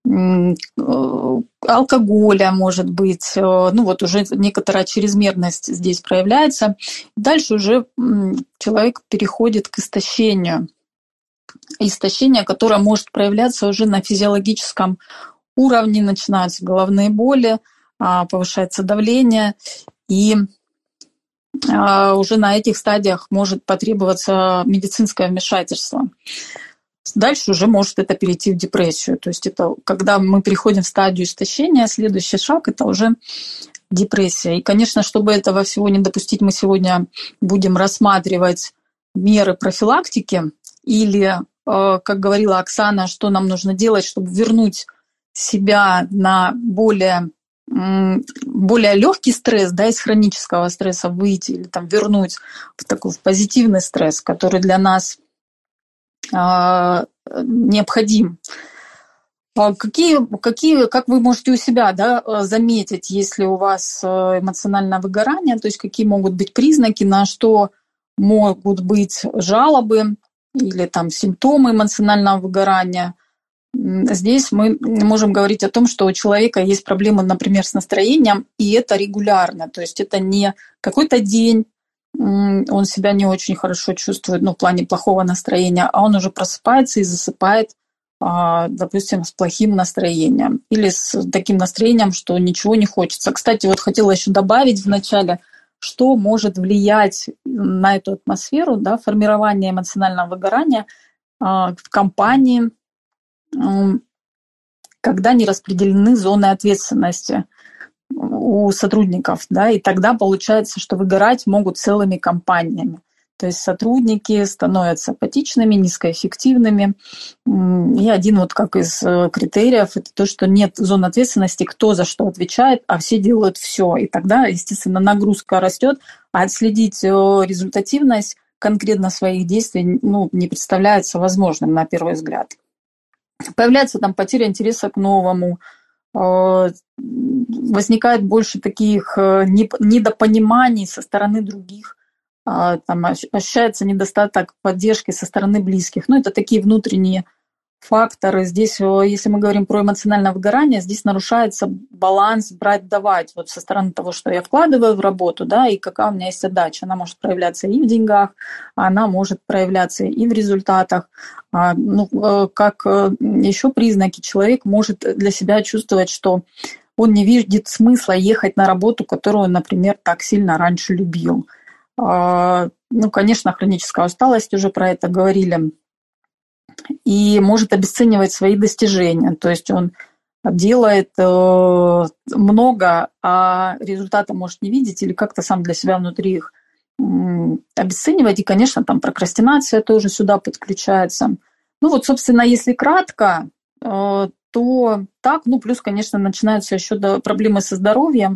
алкоголя, может быть, ну вот уже некоторая чрезмерность здесь проявляется. Дальше уже человек переходит к истощению. Истощение, которое может проявляться уже на физиологическом уровне, начинаются головные боли, повышается давление, и уже на этих стадиях может потребоваться медицинское вмешательство. Дальше уже может это перейти в депрессию. То есть это когда мы переходим в стадию истощения, следующий шаг – это уже депрессия. И, конечно, чтобы этого всего не допустить, мы сегодня будем рассматривать меры профилактики или, как говорила Оксана, что нам нужно делать, чтобы вернуть себя на более легкий стресс, да, из хронического стресса выйти или там вернуть в такой позитивный стресс, который для нас необходим. Как вы можете у себя, да, заметить, если у вас эмоциональное выгорание, то есть какие могут быть признаки, на что могут быть жалобы или там симптомы эмоционального выгорания. Здесь мы можем говорить о том, что у человека есть проблемы, например, с настроением, и это регулярно. То есть это не какой-то день, он себя не очень хорошо чувствует, в плане плохого настроения, а он уже просыпается и засыпает, допустим, с плохим настроением или с таким настроением, что ничего не хочется. Кстати, вот хотела еще добавить в начале, что может влиять на эту атмосферу, да, формирование эмоционального выгорания в компании, когда не распределены зоны ответственности у сотрудников, да, и тогда получается, что выгорать могут целыми компаниями. То есть сотрудники становятся апатичными, низкоэффективными. И один вот как из критериев – это то, что нет зон ответственности, кто за что отвечает, а все делают все. И тогда, естественно, нагрузка растет, а отследить результативность конкретно своих действий не представляется возможным на первый взгляд. Появляется там потеря интереса к новому, возникает больше таких недопониманий со стороны других, там ощущается недостаток поддержки со стороны близких. Это такие внутренние факторы. Здесь, если мы говорим про эмоциональное выгорание, здесь нарушается баланс брать-давать. Вот со стороны того, что я вкладываю в работу, да, и какая у меня есть отдача. Она может проявляться и в деньгах, она может проявляться и в результатах. Как еще признаки, человек может для себя чувствовать, что он не видит смысла ехать на работу, которую он, например, так сильно раньше любил. Конечно, хроническая усталость, уже про это говорили. И может обесценивать свои достижения. То есть он делает много, а результата может не видеть или как-то сам для себя внутри их обесценивать. И, конечно, там прокрастинация тоже сюда подключается. Ну вот, собственно, если кратко, то так, ну плюс, конечно, начинаются еще проблемы со здоровьем.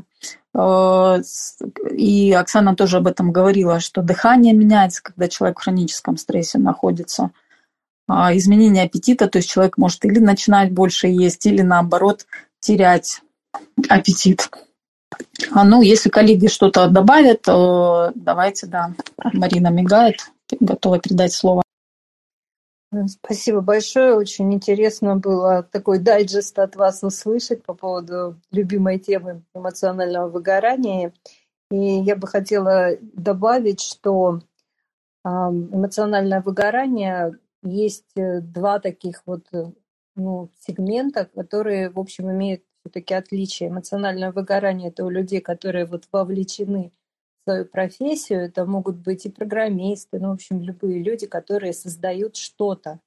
И Оксана тоже об этом говорила, что дыхание меняется, когда человек в хроническом стрессе находится. Изменение аппетита, то есть человек может или начинать больше есть, или наоборот терять аппетит. Ну, если коллеги что-то добавят, то давайте, да. Марина мигает, готова передать слово. Спасибо большое. Очень интересно было такой дайджест от вас услышать по поводу любимой темы эмоционального выгорания. И я бы хотела добавить, что эмоциональное выгорание есть два таких вот сегмента, которые, в общем, имеют все-таки отличие. Эмоциональное выгорание – это у людей, которые вот вовлечены в свою профессию. Это могут быть и программисты, в общем, любые люди, которые создают что-то.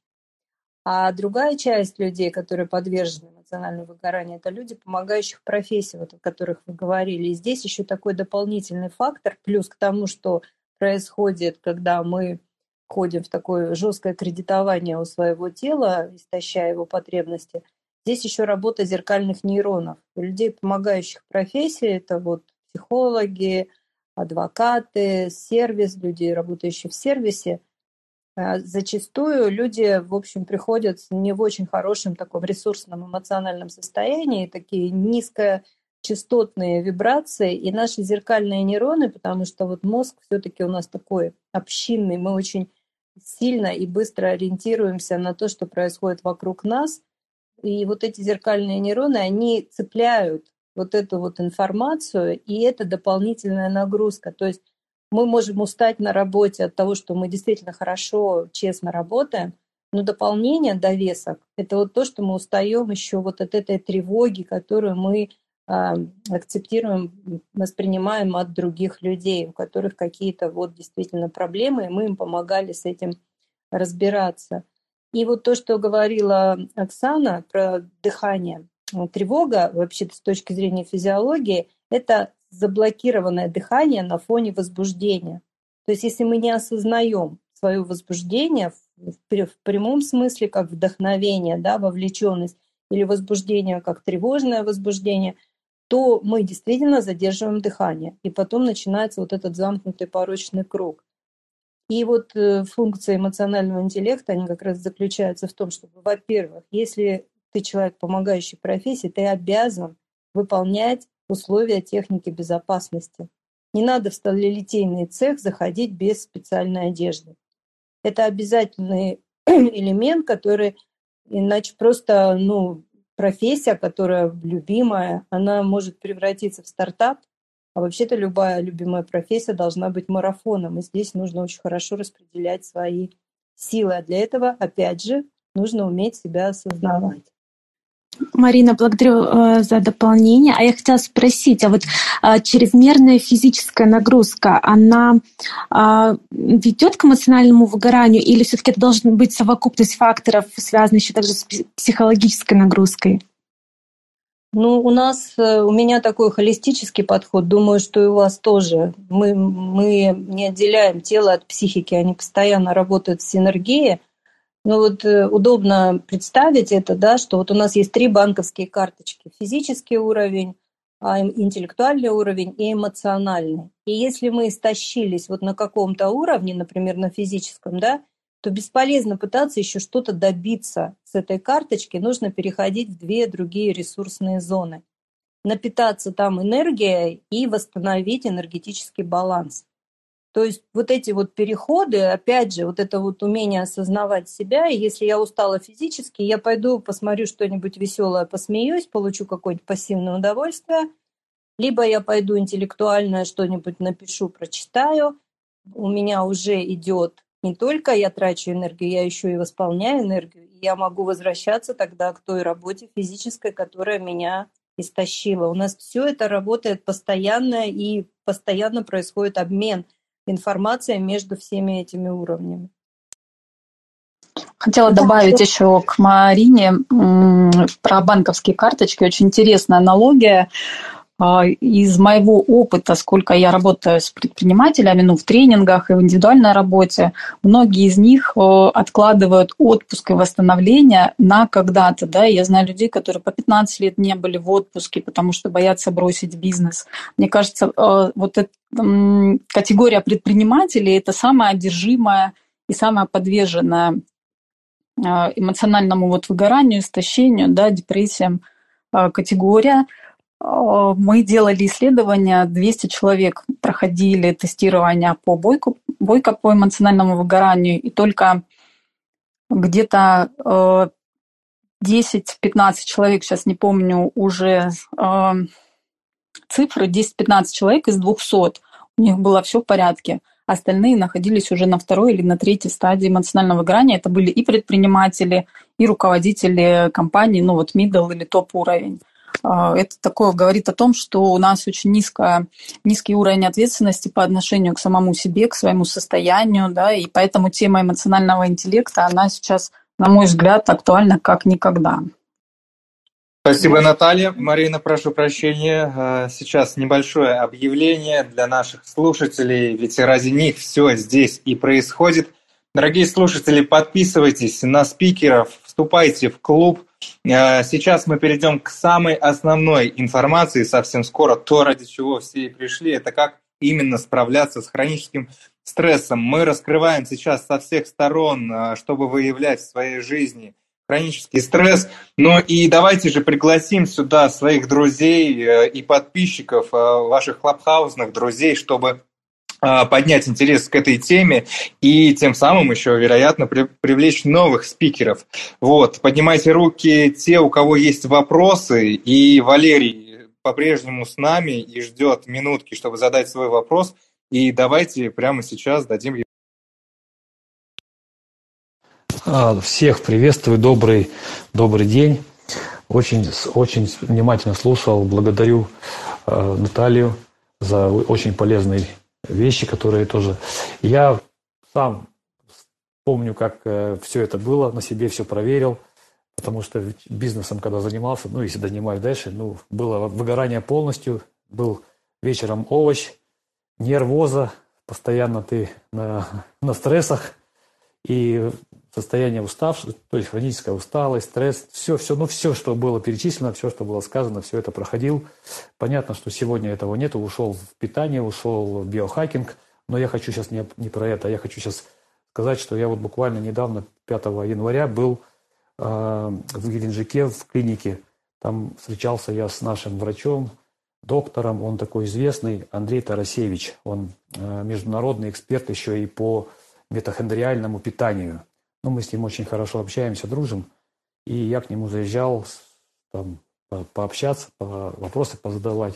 А другая часть людей, которые подвержены эмоциональному выгоранию, это люди, помогающих профессии, вот, о которых вы говорили. И здесь еще такой дополнительный фактор, плюс к тому, что происходит, когда мы входим в такое жесткое кредитование у своего тела, истощая его потребности. Здесь еще работа зеркальных нейронов. У людей, помогающих профессии, это вот психологи, адвокаты, сервис, люди, работающие в сервисе. Зачастую люди, в общем, приходят не в очень хорошем таком ресурсном эмоциональном состоянии, такие низкочастотные вибрации, и наши зеркальные нейроны, потому что вот мозг все-таки у нас такой общинный, мы очень сильно и быстро ориентируемся на то, что происходит вокруг нас, и вот эти зеркальные нейроны, они цепляют вот эту вот информацию, и это дополнительная нагрузка. То есть мы можем устать на работе от того, что мы действительно хорошо, честно работаем, но дополнение, довесок, это вот то, что мы устаем еще вот от этой тревоги, которую мы акцептируем, воспринимаем от других людей, у которых какие-то вот действительно проблемы, и мы им помогали с этим разбираться. И вот то, что говорила Оксана про дыхание, тревога вообще с точки зрения физиологии, это заблокированное дыхание на фоне возбуждения. То есть если мы не осознаем свое возбуждение в прямом смысле, как вдохновение, да, вовлеченность, или возбуждение, как тревожное возбуждение, то мы действительно задерживаем дыхание. И потом начинается вот этот замкнутый порочный круг. И вот функции эмоционального интеллекта, они как раз заключаются в том, чтобы, во-первых, если ты человек, помогающий профессии, ты обязан выполнять условия техники безопасности. Не надо в сталелитейный цех заходить без специальной одежды. Это обязательный элемент, который, иначе просто, профессия, которая любимая, она может превратиться в стартап, а вообще-то любая любимая профессия должна быть марафоном, и здесь нужно очень хорошо распределять свои силы. А для этого, опять же, нужно уметь себя осознавать. Марина, благодарю за дополнение. А я хотела спросить, а вот чрезмерная физическая нагрузка, она ведет к эмоциональному выгоранию или все-таки это должна быть совокупность факторов, связанных еще также с психологической нагрузкой? У меня такой холистический подход, думаю, что и у вас тоже. Мы не отделяем тело от психики, они постоянно работают в синергии. Удобно представить это, да, что вот у нас есть 3 банковские карточки. Физический уровень, интеллектуальный уровень и эмоциональный. И если мы истощились вот на каком-то уровне, например, на физическом, да, то бесполезно пытаться еще что-то добиться с этой карточки, нужно переходить в 2 другие ресурсные зоны. Напитаться там энергией и восстановить энергетический баланс. То есть вот эти вот переходы, опять же, вот это вот умение осознавать себя, и если я устала физически, я пойду посмотрю что-нибудь веселое, посмеюсь, получу какое-нибудь пассивное удовольствие, либо я пойду интеллектуальное что-нибудь напишу, прочитаю, у меня уже идет не только я трачу энергию, я еще и восполняю энергию, и я могу возвращаться тогда к той работе физической, которая меня истощила. У нас все это работает постоянно, и постоянно происходит обмен информацией между всеми этими уровнями. Хотела Да, добавить еще к Марине про банковские карточки. Очень интересная аналогия. Из моего опыта, сколько я работаю с предпринимателями, в тренингах и в индивидуальной работе, многие из них откладывают отпуск и восстановление на когда-то. Да? Я знаю людей, которые по 15 лет не были в отпуске, потому что боятся бросить бизнес. Мне кажется, вот эта категория предпринимателей – это самая одержимая и самая подверженная эмоциональному выгоранию, истощению, да, депрессиям категория. Мы делали исследования, 200 человек проходили тестирование по Бойко по эмоциональному выгоранию, и только где-то 10-15 человек, сейчас не помню уже цифры, 10-15 человек из 200, у них было все в порядке. Остальные находились уже на второй или на третьей стадии эмоционального выгорания. Это были и предприниматели, и руководители компаний, middle или топ-уровень. Это такое говорит о том, что у нас очень низкий уровень ответственности по отношению к самому себе, к своему состоянию, да, и поэтому тема эмоционального интеллекта, она сейчас, на мой взгляд, актуальна как никогда. Спасибо, Наталья. Марина, прошу прощения. Сейчас небольшое объявление для наших слушателей, ведь ради них все здесь и происходит. Дорогие слушатели, подписывайтесь на спикеров, вступайте в клуб. Сейчас мы перейдем к самой основной информации совсем скоро. То, ради чего все и пришли, это как именно справляться с хроническим стрессом. Мы раскрываем сейчас со всех сторон, чтобы выявлять в своей жизни хронический стресс. Ну и давайте же пригласим сюда своих друзей и подписчиков, ваших клабхаусных друзей, чтобы поднять интерес к этой теме и тем самым еще, вероятно, привлечь новых спикеров. Вот, поднимайте руки те, у кого есть вопросы, и Валерий по-прежнему с нами и ждет минутки, чтобы задать свой вопрос, и давайте прямо сейчас дадим ему. Всех приветствую, добрый день. Очень внимательно слушал, благодарю Наталью за очень полезные вещи, которые тоже... Я сам помню, как все это было, на себе все проверил, потому что бизнесом, когда занимался, если занимаюсь дальше, было выгорание полностью, был вечером овощ, нервоза, постоянно ты на стрессах, и состояние уставшего, то есть хроническая усталость, стресс, все, что было перечислено, все, что было сказано, все это проходил. Понятно, что сегодня этого нету, ушел в питание, ушел в биохакинг, но я хочу сейчас не про это, я хочу сейчас сказать, что я буквально недавно, 5 января, был в Геленджике в клинике, там встречался я с нашим врачом, доктором, он такой известный, Андрей Тарасевич, он международный эксперт еще и по митохондриальному питанию. Мы с ним очень хорошо общаемся, дружим. И я к нему заезжал там, пообщаться, вопросы позадавать.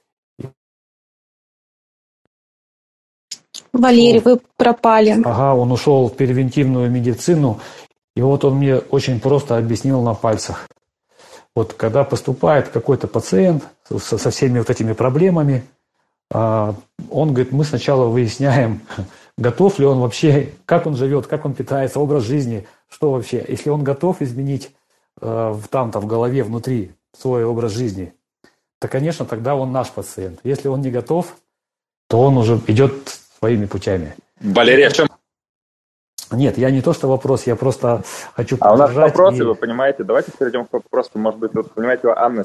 Валерий, вы пропали. Ага, он ушел в превентивную медицину. И он мне очень просто объяснил на пальцах. Когда поступает какой-то пациент со всеми этими проблемами, он говорит, мы сначала выясняем, готов ли он вообще, как он живет, как он питается, образ жизни, что вообще. Если он готов изменить там в голове, внутри свой образ жизни, то, конечно, тогда он наш пациент. Если он не готов, то он уже идет своими путями. Валерий, о чем? Нет, я не то, что вопрос, я просто хочу поддержать. У нас вопросы, вы понимаете, давайте перейдем к вопросу, может быть, понимаете, Анна...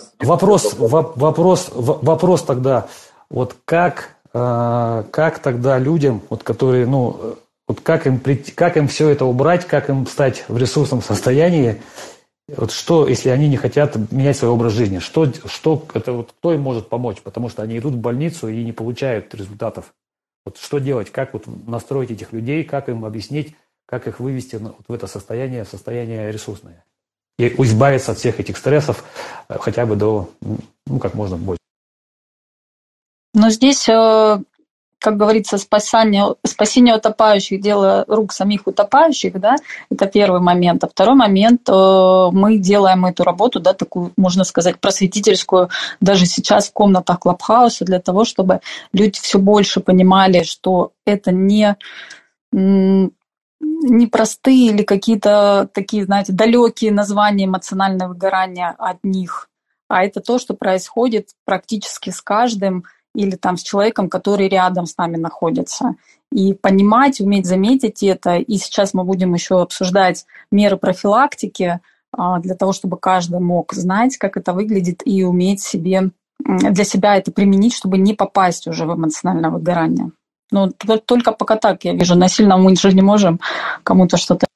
Вопрос тогда, как тогда людям, которые, как им все это убрать, как им стать в ресурсном состоянии, что, если они не хотят менять свой образ жизни, кто им может помочь, потому что они идут в больницу и не получают результатов. Что делать, как настроить этих людей, как им объяснить, как их вывести в это состояние ресурсное. И избавиться от всех этих стрессов хотя бы до, как можно больше. Но здесь, как говорится, спасение утопающих, дело рук самих утопающих, да, это первый момент. А второй момент, мы делаем эту работу, да, такую, можно сказать, просветительскую, даже сейчас в комнатах Клабхауса, для того, чтобы люди все больше понимали, что это не непростые или какие-то такие, знаете, далекие названия эмоционального выгорания от них, а это то, что происходит практически с каждым или там с человеком, который рядом с нами находится. И понимать, уметь заметить это. И сейчас мы будем еще обсуждать меры профилактики для того, чтобы каждый мог знать, как это выглядит, и уметь себе для себя это применить, чтобы не попасть уже в эмоциональное выгорание. Ну, только пока так, я вижу, насильно мы же не можем кому-то что-то.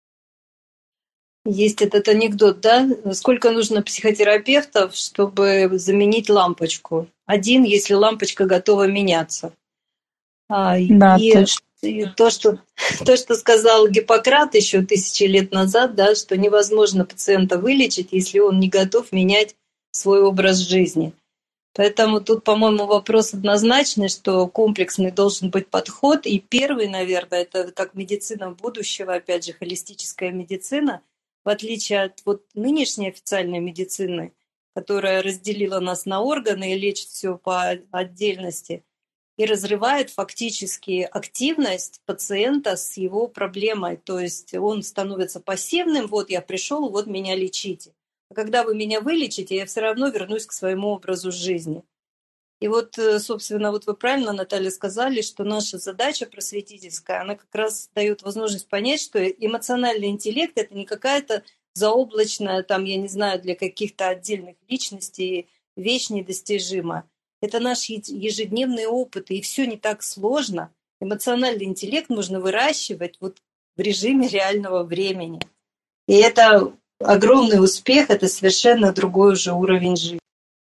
Есть этот анекдот, да? Сколько нужно психотерапевтов, чтобы заменить лампочку? Один, если лампочка готова меняться. Да, и то, что сказал Гиппократ еще 1000 лет назад, да, что невозможно пациента вылечить, если он не готов менять свой образ жизни. Поэтому тут, по-моему, вопрос однозначный, что комплексный должен быть подход. И первый, наверное, это как медицина будущего, опять же, холистическая медицина, в отличие от вот нынешней официальной медицины, которая разделила нас на органы и лечит все по отдельности, и разрывает фактически активность пациента с его проблемой. То есть он становится пассивным, вот я пришел, вот меня лечите. А когда вы меня вылечите, я все равно вернусь к своему образу жизни. И вот, собственно, вот вы правильно, Наталья, сказали, что наша задача просветительская, она как раз дает возможность понять, что эмоциональный интеллект – это не какая-то заоблачная, там, я не знаю, для каких-то отдельных личностей вещь недостижима. Это наш ежедневный опыт, и все не так сложно. Эмоциональный интеллект можно выращивать вот в режиме реального времени. И это огромный успех, это совершенно другой уже уровень жизни.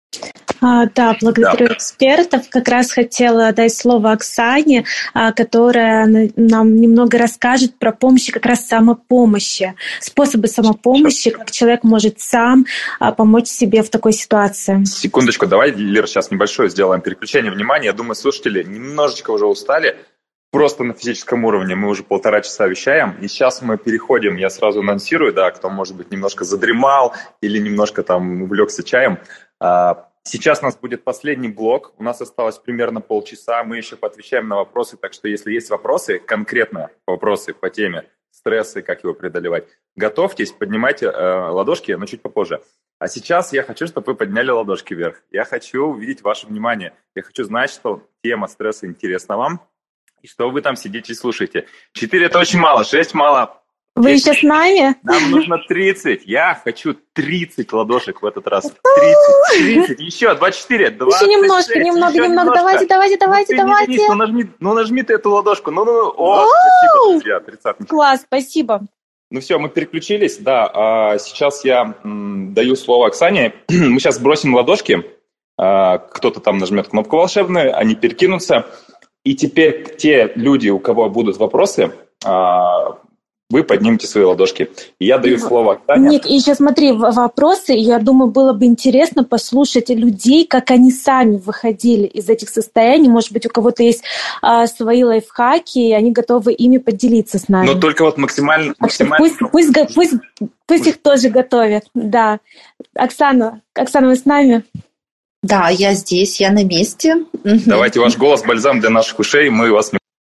Да, благодарю экспертов. Как раз хотела дать слово Оксане, которая нам немного расскажет про помощь, как раз самопомощи, способы самопомощи, как человек может сам помочь себе в такой ситуации. Секундочку, давай, Лера, сейчас небольшое сделаем переключение внимания. Я думаю, слушатели немножечко уже устали. Просто на физическом уровне мы уже 1,5 часа вещаем, и сейчас мы переходим, я сразу анонсирую, да, кто, может быть, немножко задремал или немножко там увлекся чаем. Сейчас у нас будет последний блок, у нас осталось примерно полчаса, мы еще поотвечаем на вопросы, так что если есть вопросы, конкретно вопросы по теме стресса и как его преодолевать, готовьтесь, поднимайте ладошки, но чуть попозже. А сейчас я хочу, чтобы вы подняли ладошки вверх. Я хочу увидеть ваше внимание, я хочу знать, что тема стресса интересна вам, и что вы там сидите и слушаете. 4 – это очень мало, 6 – мало. Вы еще с нами? Нам нужно 30. Я хочу 30 ладошек в этот раз. 30. Еще 24. 26. Еще немного. Давайте. Нажми ты эту ладошку. Спасибо, друзья. 30. Класс, спасибо. Ну все, мы переключились. Да, сейчас я даю слово Оксане. Мы сейчас бросим ладошки. Кто-то там нажмет кнопку волшебную, они перекинутся. И теперь те люди, у кого будут вопросы, вы поднимете свои ладошки. И я даю слово Оксане. Ник, и сейчас смотри, вопросы. Я думаю, было бы интересно послушать людей, как они сами выходили из этих состояний. Может быть, у кого-то есть свои лайфхаки, и они готовы ими поделиться с нами. Но только вот максимально... Пусть их тоже готовят. Да. Оксана, вы с нами? Да, я здесь, я на месте. Давайте ваш голос бальзам для наших ушей, мы вас...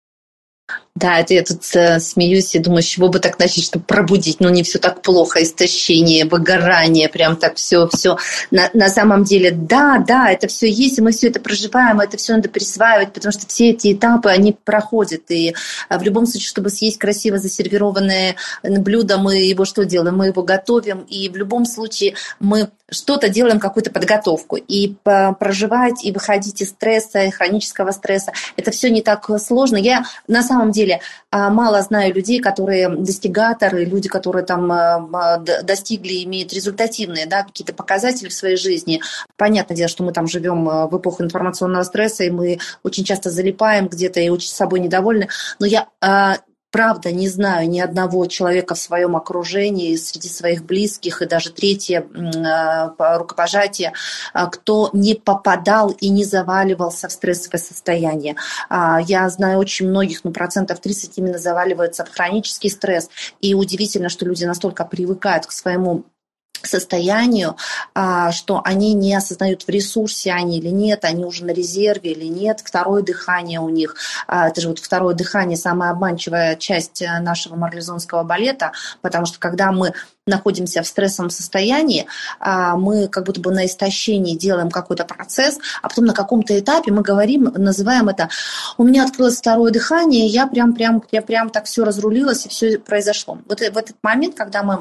Да, это я тут смеюсь и думаю, с чего бы так начать, чтобы пробудить. Ну, не все так плохо, истощение, выгорание, прям так все. На самом деле, да, это все есть, и мы все это проживаем, это все надо присваивать, потому что все эти этапы, они проходят. И в любом случае, чтобы съесть красиво засервированное блюдо, мы его что делаем? Мы его готовим, и в любом случае мы что-то делаем, какую-то подготовку. И проживать, и выходить из стресса, и хронического стресса, это все не так сложно. Я на самом деле мало знаю людей, которые достигаторы, люди, которые там достигли, имеют результативные, да, какие-то показатели в своей жизни. Понятное дело, что мы там живем в эпоху информационного стресса, и мы очень часто залипаем где-то и очень собой недовольны. Но я правда не знаю ни одного человека в своем окружении, среди своих близких, и даже третье рукопожатие, кто не попадал и не заваливался в стрессовое состояние. Я знаю очень многих, 30% именно заваливаются в хронический стресс. И удивительно, что люди настолько привыкают к своему состоянию, что они не осознают, в ресурсе они или нет, они уже на резерве или нет, второе дыхание у них. Это же вот второе дыхание, самая обманчивая часть нашего марлезонского балета, потому что когда мы находимся в стрессовом состоянии, мы как будто бы на истощении делаем какой-то процесс, а потом на каком-то этапе мы говорим, называем это: у меня открылось второе дыхание, я прям так все разрулилось, и все произошло. Вот в этот момент, когда мы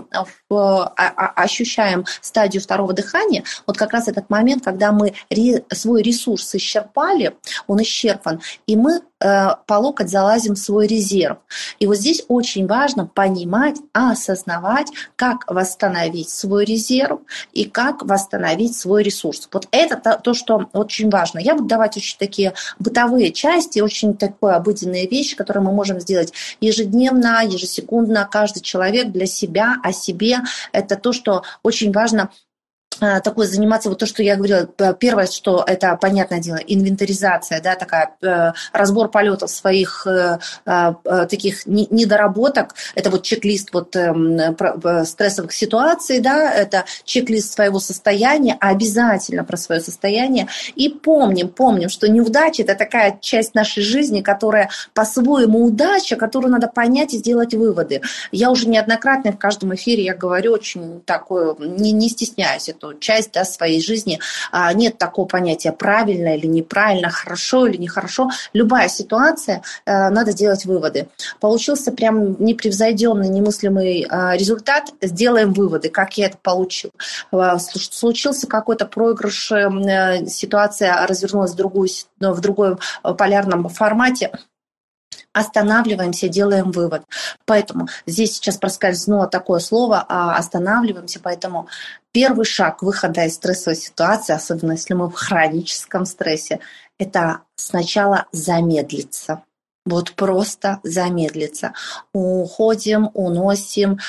ощущаем стадию второго дыхания, вот как раз этот момент, когда мы свой ресурс исчерпали, он исчерпан, и мы по локоть залазим в свой резерв. И вот здесь очень важно понимать, осознавать, как восстановить свой резерв и как восстановить свой ресурс. Вот это то, что очень важно. Я буду давать очень такие бытовые части, очень такие обыденные вещи, которые мы можем сделать ежедневно, ежесекундно, каждый человек для себя, о себе. Это то, что очень важно такое заниматься, вот то, что я говорила, первое, что это, понятное дело, инвентаризация, да, такая, разбор полетов своих таких недоработок, это вот чек-лист вот стрессовых ситуаций, да, это чек-лист своего состояния, обязательно про свое состояние, и помним, что неудача – это такая часть нашей жизни, которая по-своему удача, которую надо понять и сделать выводы. Я уже неоднократно в каждом эфире я говорю очень такое, не стесняюсь эту часть, да, своей жизни. Нет такого понятия правильно или неправильно, хорошо или нехорошо. Любая ситуация, надо делать выводы. Получился прям непревзойденный, немыслимый результат, сделаем выводы, как я это получил. Случился какой-то проигрыш, ситуация развернулась в другом полярном формате. Останавливаемся, делаем вывод. Поэтому здесь сейчас проскользнуло такое слово «останавливаемся», поэтому первый шаг выхода из стрессовой ситуации, особенно если мы в хроническом стрессе, это сначала замедлиться. Вот просто замедлиться. Уходим, уносим,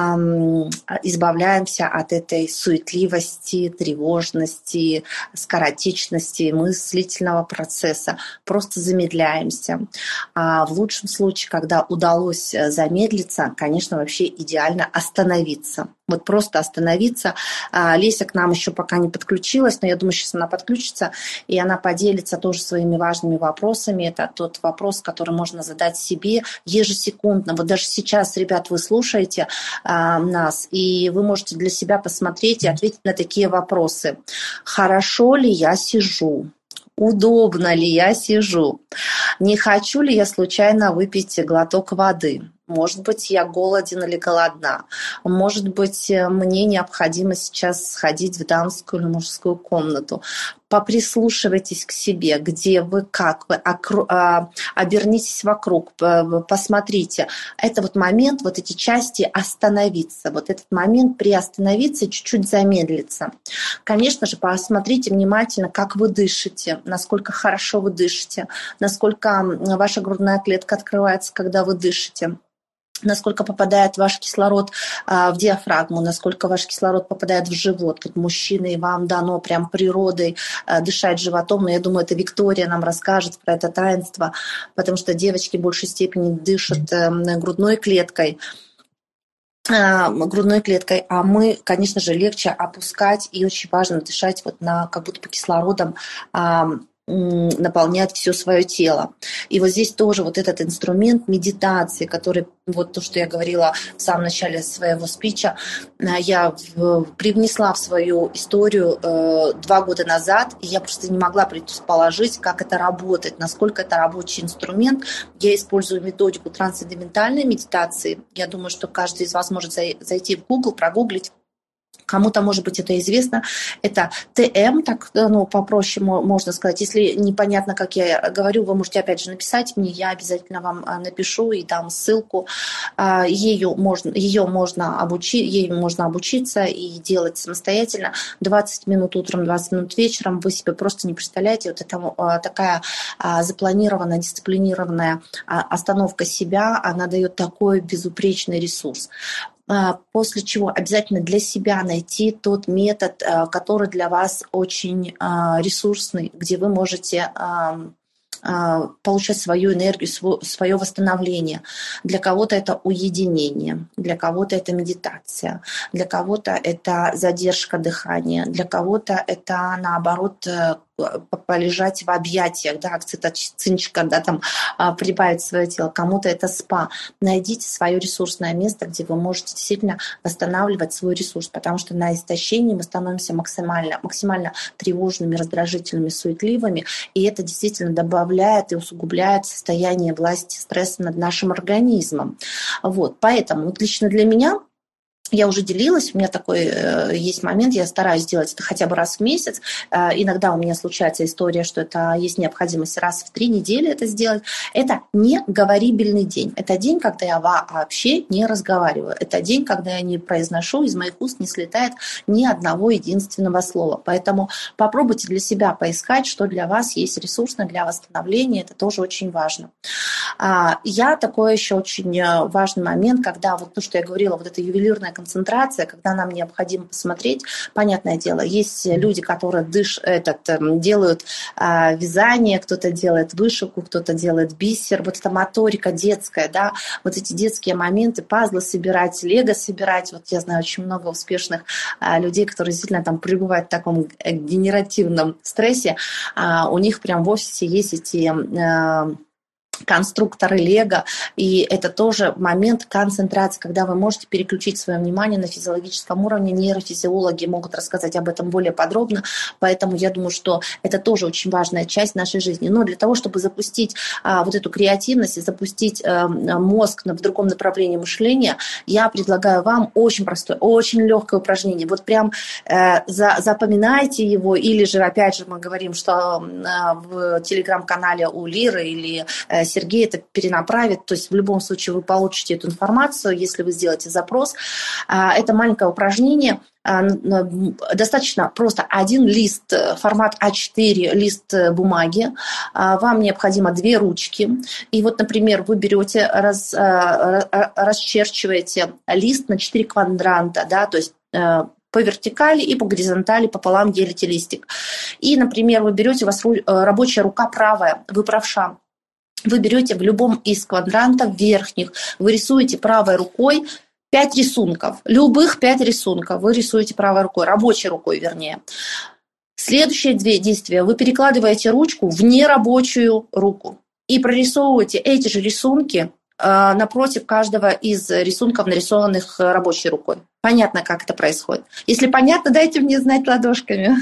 избавляемся от этой суетливости, тревожности, скоротечности мыслительного процесса. Просто замедляемся. А в лучшем случае, когда удалось замедлиться, конечно, вообще идеально остановиться. Вот просто остановиться. Леся к нам еще пока не подключилась, но я думаю, сейчас она подключится, и она поделится тоже своими важными вопросами. Это тот вопрос, который можно задать себе ежесекундно. Вот даже сейчас, ребят, вы слушаете нас, и вы можете для себя посмотреть и ответить на такие вопросы. Хорошо ли я сижу? Удобно ли я сижу? Не хочу ли я случайно выпить глоток воды? Может быть, я голоден или голодна. Может быть, мне необходимо сейчас сходить в дамскую или мужскую комнату. Поприслушивайтесь к себе, где вы, как вы, обернитесь вокруг, посмотрите. Это вот момент, вот эти части остановиться. Вот этот момент приостановиться, чуть-чуть замедлиться. Конечно же, посмотрите внимательно, как вы дышите, насколько хорошо вы дышите, насколько ваша грудная клетка открывается, когда вы дышите. Насколько попадает ваш кислород в диафрагму, насколько ваш кислород попадает в живот. Вот мужчины, и вам дано прям природой дышать животом, но я думаю, это Виктория нам расскажет про это таинство, потому что девочки в большей степени дышат грудной клеткой, а мы, конечно же, легче опускать, и очень важно дышать вот как будто по кислородом, наполнять все свое тело. И вот здесь тоже вот этот инструмент медитации, который, вот то, что я говорила в самом начале своего спича, я привнесла в свою историю 2 года назад, и я просто не могла предположить, как это работает, насколько это рабочий инструмент. Я использую методику трансцендентальной медитации. Я думаю, что каждый из вас может зайти в Google, прогуглить. Кому-то, может быть, это известно. Это ТМ, так, попроще можно сказать. Если непонятно, как я говорю, вы можете опять же написать мне, я обязательно вам напишу и дам ссылку. Ей можно обучиться и делать самостоятельно. 20 минут утром, 20 минут вечером. Вы себе просто не представляете, вот это такая запланированная, дисциплинированная остановка себя, она дает такой безупречный ресурс. После чего обязательно для себя найти тот метод, который для вас очень ресурсный, где вы можете получать свою энергию, свое восстановление. Для кого-то это уединение, для кого-то это медитация, для кого-то это задержка дыхания, для кого-то это, наоборот, полежать в объятиях, да, окситоцинчика, да, там прибавить свое тело, кому-то это спа. Найдите свое ресурсное место, где вы можете действительно восстанавливать свой ресурс, потому что на истощении мы становимся максимально тревожными, раздражительными, суетливыми, и это действительно добавляет и усугубляет состояние власти стресса над нашим организмом. Вот, поэтому вот лично для меня, я уже делилась, у меня такой есть момент, я стараюсь делать это хотя бы раз в месяц. Иногда у меня случается история, что это есть необходимость раз в 3 недели это сделать. Это неговорибельный день. Это день, когда я вообще не разговариваю. Это день, когда я не произношу, из моих уст не слетает ни одного единственного слова. Поэтому попробуйте для себя поискать, что для вас есть ресурсно для восстановления. Это тоже очень важно. Такой еще очень важный момент, когда вот то, что я говорила, вот эта ювелирная концентрация, когда нам необходимо посмотреть, понятное дело, есть люди, которые делают вязание, кто-то делает вышивку, кто-то делает бисер, вот эта моторика детская, да, вот эти детские моменты, пазлы собирать, лего собирать, вот я знаю очень много успешных людей, которые действительно там пребывают в таком генеративном стрессе, у них прям в офисе есть эти конструкторы Лего, и это тоже момент концентрации, когда вы можете переключить свое внимание на физиологическом уровне. Нейрофизиологи могут рассказать об этом более подробно, поэтому я думаю, что это тоже очень важная часть нашей жизни. Но для того, чтобы запустить вот эту креативность и запустить мозг в другом направлении мышления, я предлагаю вам очень простое, очень легкое упражнение. Вот прям запоминайте его, или же, опять же, мы говорим, что в телеграм-канале у Лиры или Сергей это перенаправит, то есть в любом случае вы получите эту информацию, если вы сделаете запрос. Это маленькое упражнение, достаточно просто один лист, формат А4, лист бумаги, вам необходимо 2 ручки, и вот, например, вы берете, расчерчиваете лист на 4 квадранта, да, то есть по вертикали и по горизонтали пополам делите листик. И, например, вы берете, у вас рабочая рука правая, вы правша. Вы берете в любом из квадрантов верхних, вы рисуете правой рукой 5 рисунков, любых 5 рисунков вы рисуете правой рукой, рабочей рукой вернее. Следующие 2 действия. Вы перекладываете ручку в нерабочую руку и прорисовываете эти же рисунки напротив каждого из рисунков, нарисованных рабочей рукой. Понятно, как это происходит? Если понятно, дайте мне знать ладошками.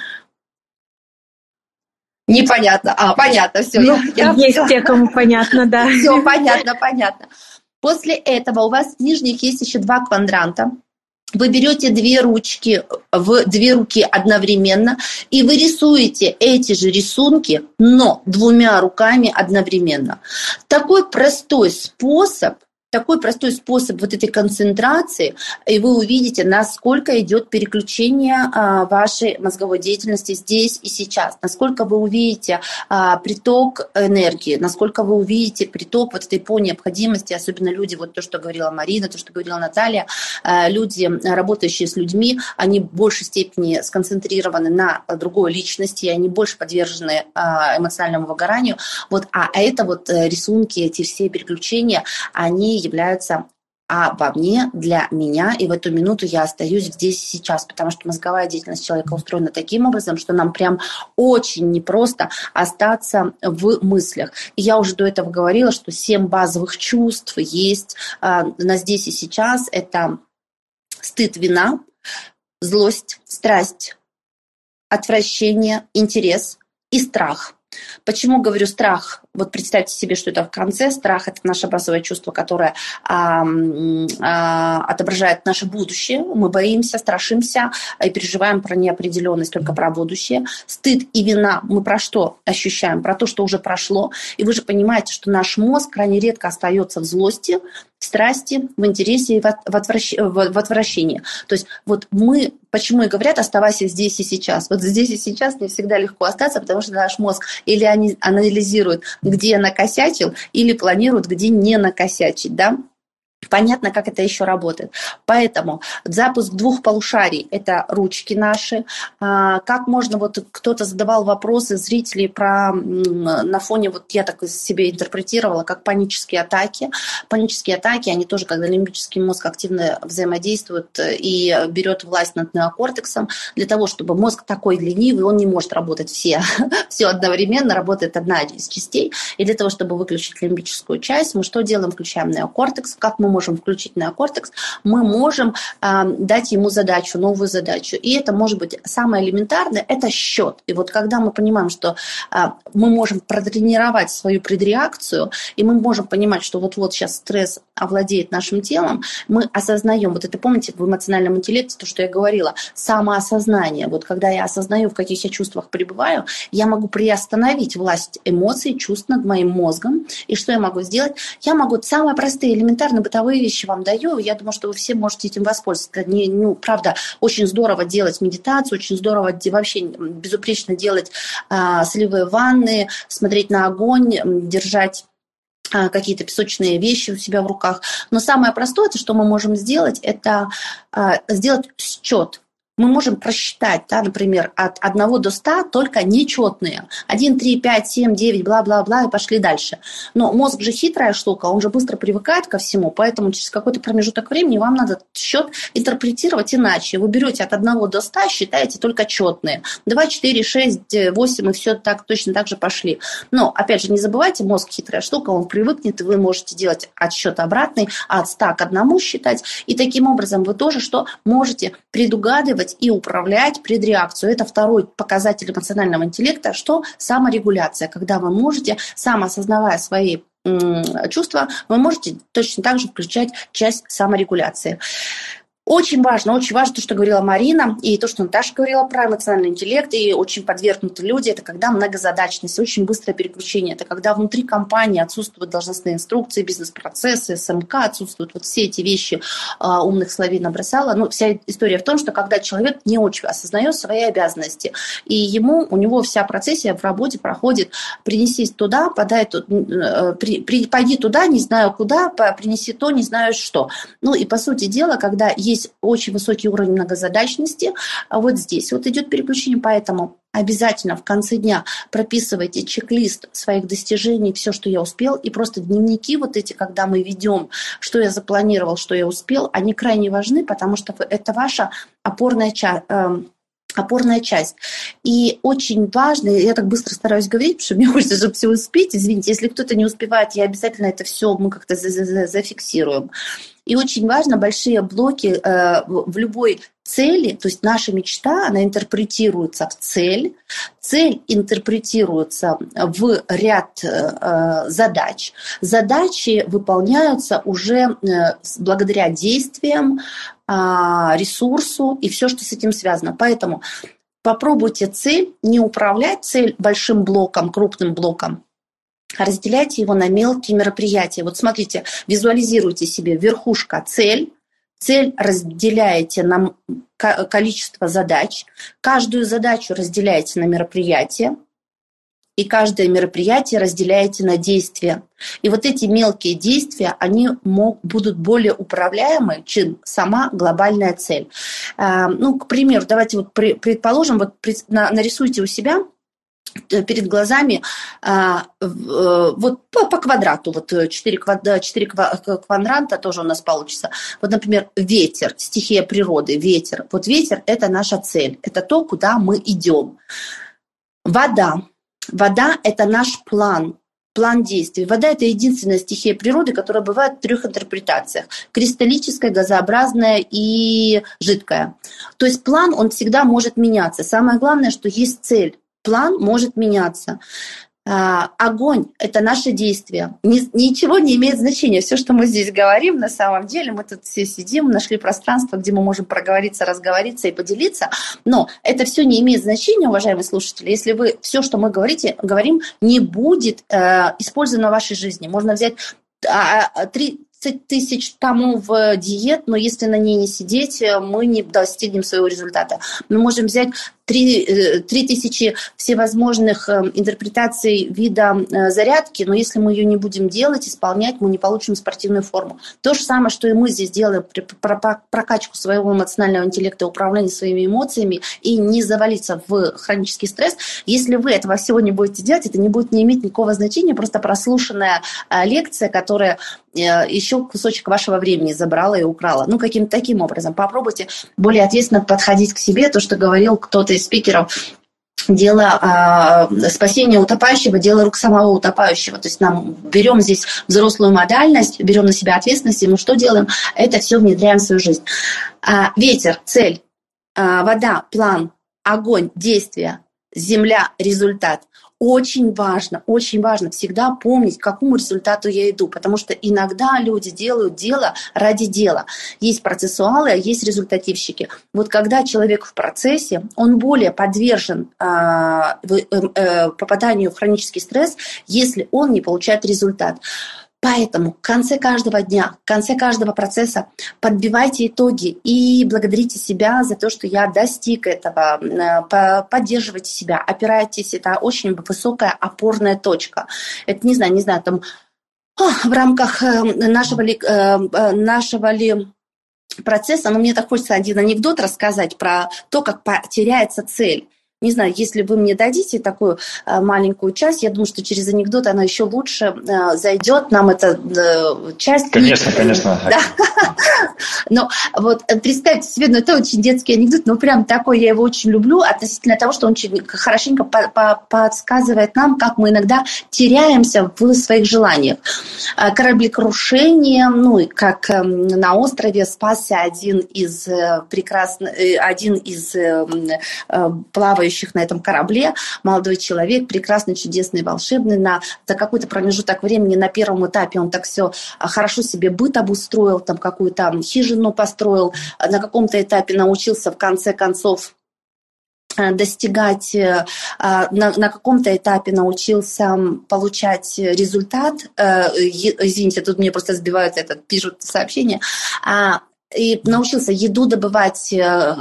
Непонятно. Понятно, все. Есть те, кому понятно, да. Все, понятно. После этого у вас в нижних есть еще 2 квадранта. Вы берете 2 ручки в 2 руки одновременно, и вы рисуете эти же рисунки, но 2 руками одновременно. Такой простой способ вот этой концентрации, и вы увидите, насколько идет переключение вашей мозговой деятельности здесь и сейчас, насколько вы увидите приток энергии, насколько вы увидите приток вот этой по необходимости, особенно люди, вот то, что говорила Марина, то, что говорила Наталья, люди, работающие с людьми, они в большей степени сконцентрированы на другой личности, они больше подвержены эмоциональному выгоранию. Вот, это вот рисунки, эти все переключения, они являются обо мне, для меня, и в эту минуту я остаюсь здесь и сейчас, потому что мозговая деятельность человека устроена таким образом, что нам прям очень непросто остаться в мыслях. И я уже до этого говорила, что 7 базовых чувств есть на здесь и сейчас. Это стыд, вина, злость, страсть, отвращение, интерес и страх. Почему говорю страх? Вот представьте себе, что это в конце. Страх – это наше базовое чувство, которое отображает наше будущее. Мы боимся, страшимся и переживаем про неопределенность, только про будущее. Стыд и вина мы про что ощущаем? Про то, что уже прошло. И вы же понимаете, что наш мозг крайне редко остается в злости, в страсти, в интересе и в отвращении. То есть вот мы, почему и говорят, оставайся здесь и сейчас. Вот здесь и сейчас не всегда легко остаться, потому что наш мозг или анализирует, где накосячил, или планирует, где не накосячить, да? Понятно, как это еще работает. Поэтому запуск двух полушарий – это ручки наши. Как можно, вот кто-то задавал вопросы зрителей про на фоне, вот я так себе интерпретировала, как панические атаки. Панические атаки, они тоже, когда лимбический мозг активно взаимодействует и берет власть над неокортексом, для того, чтобы мозг такой ленивый, он не может работать все одновременно, работает одна из частей. И для того, чтобы выключить лимбическую часть, мы что делаем? Включаем неокортекс. Как мы можем включить неокортекс? Мы можем дать ему задачу, новую задачу. И это может быть самое элементарное, это счет. И вот когда мы понимаем, что мы можем протренировать свою предреакцию, и мы можем понимать, что вот-вот сейчас стресс овладеет нашим телом, мы осознаем, вот это помните в эмоциональном интеллекте, то, что я говорила, самоосознание. Вот когда я осознаю, в каких я чувствах пребываю, я могу приостановить власть эмоций, чувств над моим мозгом. И что я могу сделать? Я могу самые простые, элементарные бытовые вещи вам даю. Я думаю, что вы все можете этим воспользоваться. Правда, очень здорово делать медитацию, очень здорово вообще безупречно делать солевые ванны, смотреть на огонь, держать какие-то песочные вещи у себя в руках. Но самое простое, что мы можем сделать, это сделать счет. Мы можем просчитать, да, например, от 1 до 100 только нечетные. 1, 3, 5, 7, 9, бла-бла-бла, и пошли дальше. Но мозг же хитрая штука, он же быстро привыкает ко всему, поэтому через какой-то промежуток времени вам надо счет интерпретировать иначе. Вы берете от 1 до 100, считаете только четные. 2, 4, 6, 8, и все так, точно так же пошли. Но, опять же, не забывайте, мозг хитрая штука, он привыкнет, и вы можете делать отсчет обратный, от 100 к 1 считать. И таким образом вы тоже что можете предугадывать и управлять предреакцию. Это второй показатель эмоционального интеллекта, что саморегуляция, когда вы можете, сам осознавая свои чувства, вы можете точно так же включать часть саморегуляции. Очень важно то, что говорила Марина, и то, что Наташа говорила про эмоциональный интеллект, и очень подвергнуты люди, это когда многозадачность, очень быстрое переключение, это когда внутри компании отсутствуют должностные инструкции, бизнес-процессы, СМК, отсутствуют вот все эти вещи, умных словей набросала. Но вся история в том, что когда человек не очень осознает свои обязанности, и у него вся процессия в работе проходит: принеси туда, пойди туда, не знаю куда, принеси то, не знаю что. Ну и по сути дела, когда есть очень высокий уровень многозадачности, вот здесь вот идет переключение, поэтому обязательно в конце дня прописывайте чек-лист своих достижений, все, что я успел, и просто дневники вот эти, когда мы ведем, что я запланировал, что я успел, они крайне важны, потому что это ваша опорная часть. И очень важно, я так быстро стараюсь говорить, потому что мне хочется, чтобы все успеть. Извините, если кто-то не успевает, я обязательно это все мы как-то зафиксируем. И очень важно большие блоки в любой цели, то есть наша мечта, она интерпретируется в цель интерпретируется в ряд задач. Задачи выполняются уже благодаря действиям, ресурсу и все, что с этим связано. Поэтому попробуйте цель не управлять цель большим блоком, крупным блоком, разделяйте его на мелкие мероприятия. Вот смотрите, визуализируйте себе верхушка цель разделяете на количество задач, каждую задачу разделяете на мероприятие, и каждое мероприятие разделяете на действия. И вот эти мелкие действия, они будут более управляемы, чем сама глобальная цель. К примеру, давайте вот предположим, вот нарисуйте у себя перед глазами вот по квадрату, вот 4 квадранта тоже у нас получится. Вот, например, ветер, стихия природы, ветер. Вот ветер – это наша цель, это то, куда мы идем. Вода – это наш план действий. Вода – это единственная стихия природы, которая бывает в 3 интерпретациях. Кристаллическая, газообразная и жидкая. То есть план, он всегда может меняться. Самое главное, что есть цель. План может меняться. Огонь – это наше действие. Ничего не имеет значения. Все, что мы здесь говорим, на самом деле, мы тут все сидим, нашли пространство, где мы можем проговориться, разговориться и поделиться. Но это все не имеет значения, уважаемые слушатели, если все, что мы говорим, не будет использовано в вашей жизни. Можно взять тысяч томов диет, но если на ней не сидеть, мы не достигнем своего результата. Мы можем взять 3000 всевозможных интерпретаций вида зарядки, но если мы ее не будем делать, исполнять, мы не получим спортивную форму. То же самое, что и мы здесь делаем при прокачку своего эмоционального интеллекта, управлении своими эмоциями и не завалиться в хронический стресс. Если вы этого всего не будете делать, это не будет не иметь никакого значения, просто прослушанная лекция, которая еще кусочек вашего времени забрала и украла. Ну, каким-то таким образом. Попробуйте более ответственно подходить к себе. То, что говорил кто-то из спикеров, дело спасения утопающего, дело рук самого утопающего. То есть нам берем здесь взрослую модальность, берем на себя ответственность, и мы что делаем? Это все внедряем в свою жизнь. Ветер, цель, вода, план, огонь, действие, земля, результат. Очень важно всегда помнить, к какому результату я иду, потому что иногда люди делают дело ради дела. Есть процессуалы, а есть результативщики. Вот когда человек в процессе, он более подвержен попаданию в хронический стресс, если он не получает результат. Поэтому в конце каждого дня, в конце каждого процесса подбивайте итоги и благодарите себя за то, что я достиг этого, поддерживайте себя, опирайтесь, это очень высокая опорная точка. Это, не знаю, там в рамках нашего ли процесса, но мне так хочется один анекдот рассказать про то, как теряется цель. Не знаю, если вы мне дадите такую маленькую часть, я думаю, что через анекдот она еще лучше зайдет. Нам эта часть... Конечно. Да. Но вот представьте себе, это очень детский анекдот, но прям такой, я его очень люблю, относительно того, что он очень хорошенько подсказывает нам, как мы иногда теряемся в своих желаниях. Кораблекрушение, и как на острове спасся один из плавающих на этом корабле, молодой человек, прекрасный, чудесный, волшебный, за какой-то промежуток времени на первом этапе он так все хорошо себе быт обустроил, там какую-то хижину построил, на каком-то этапе научился в конце концов достигать, на каком-то этапе научился получать результат. Извините, тут мне просто сбивают пишут сообщения. И научился еду добывать,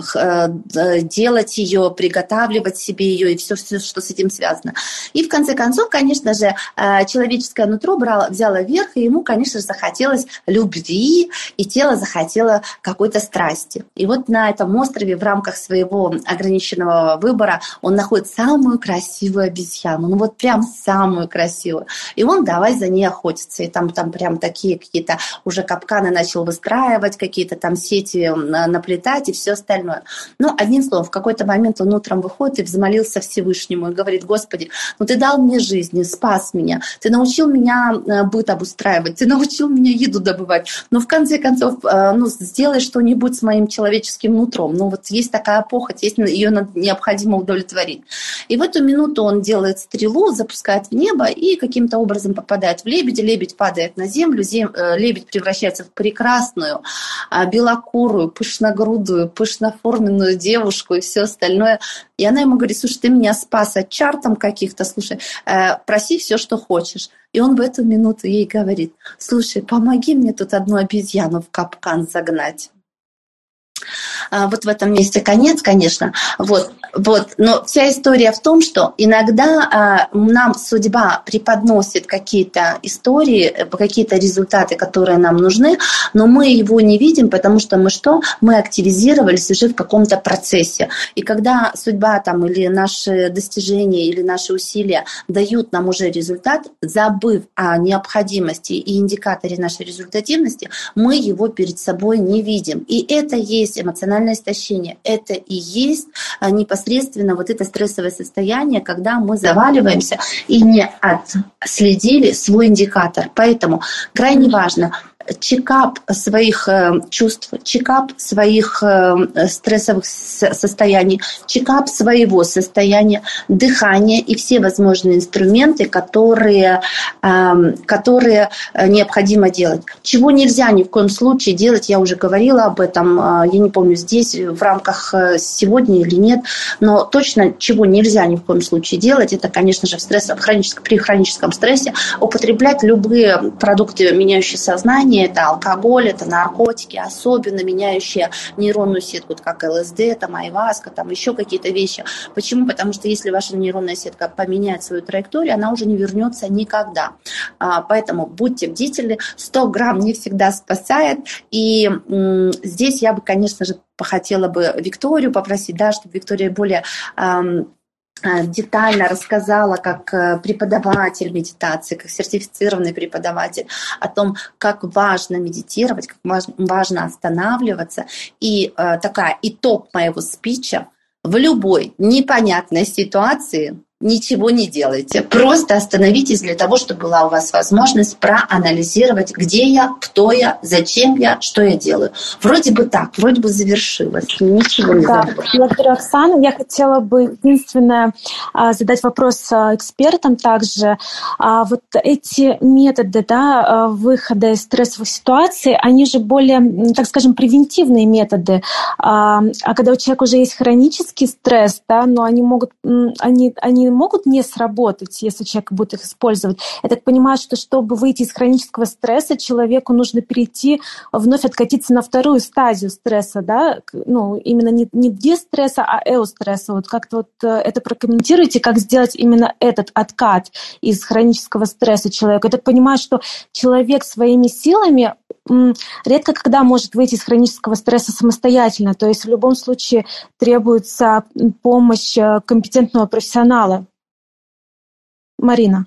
делать ее, приготавливать себе ее и все, что с этим связано. И в конце концов, конечно же, человеческое нутро взяло верх, и ему, конечно же, захотелось любви, и тело захотело какой-то страсти. И вот на этом острове в рамках своего ограниченного выбора он находит самую красивую обезьяну, вот прям самую красивую. И он давай за ней охотиться. И там прям такие какие-то уже капканы начал выстраивать, какие-то там сети наплетать и все остальное. Но одним словом, в какой-то момент он утром выходит и взмолился Всевышнему и говорит: Господи, ты дал мне жизнь, спас меня, ты научил меня быт обустраивать, ты научил меня еду добывать, но в конце концов, сделай что-нибудь с моим человеческим нутром. Вот есть такая похоть, ее необходимо удовлетворить. И в эту минуту он делает стрелу, запускает в небо и каким-то образом попадает в лебедя, лебедь падает на землю, лебедь превращается в прекрасную белокурую, пышногрудую, пышноформенную девушку и все остальное. И она ему говорит: слушай, ты меня спас от чар там каких-то, слушай, проси все, что хочешь. И он в эту минуту ей говорит: слушай, помоги мне тут одну обезьяну в капкан загнать. Вот в этом месте конец, конечно. Но вся история в том, что иногда нам судьба преподносит какие-то истории, какие-то результаты, которые нам нужны, но мы его не видим, потому что мы активизировались уже в каком-то процессе. И когда судьба или наши достижения, или наши усилия дают нам уже результат, забыв о необходимости и индикаторе нашей результативности, мы его перед собой не видим. И это есть эмоциональное истощение. Это и есть непосредственно это стрессовое состояние, когда мы заваливаемся и не отследили свой индикатор. Поэтому крайне важно чекап своих чувств, чекап своих стрессовых состояний, чекап своего состояния, дыхание и все возможные инструменты, которые необходимо делать. Чего нельзя ни в коем случае делать, я уже говорила об этом, я не помню, здесь в рамках сегодня или нет, но точно чего нельзя ни в коем случае делать, это, конечно же, при хроническом стрессе употреблять любые продукты, меняющие сознание, лечение, это алкоголь, это наркотики, особенно меняющие нейронную сетку, как ЛСД, там айваска, там еще какие-то вещи. Почему? Потому что если ваша нейронная сетка поменяет свою траекторию, она уже не вернется никогда. Поэтому будьте бдительны, 100 грамм не всегда спасает. И здесь я бы, конечно же, хотела бы Викторию попросить, да, чтобы Виктория более детально рассказала, как преподаватель медитации, как сертифицированный преподаватель, о том, как важно медитировать, как важно останавливаться. И такая итог моего спича: в любой непонятной ситуации ничего не делайте. Просто остановитесь для того, чтобы была у вас возможность проанализировать, где я, кто я, зачем я, что я делаю. Вроде бы так, вроде бы завершилось. Ничего не забыла. Благодарю, Оксана. Я хотела бы единственное задать вопрос экспертам также. Вот эти методы, да, выхода из стрессовых ситуаций, они же более, так скажем, превентивные методы. А когда у человека уже есть хронический стресс, да, но они могут не сработать, если человек будет их использовать. Я так понимаю, что чтобы выйти из хронического стресса, человеку нужно перейти, вновь откатиться на вторую стадию стресса, да, ну, именно не дистресса, а эустресса. Вот как-то вот это прокомментируйте, как сделать именно этот откат из хронического стресса человека. Я так понимаю, что человек своими силами редко когда может выйти из хронического стресса самостоятельно, то есть в любом случае требуется помощь компетентного профессионала. Марина.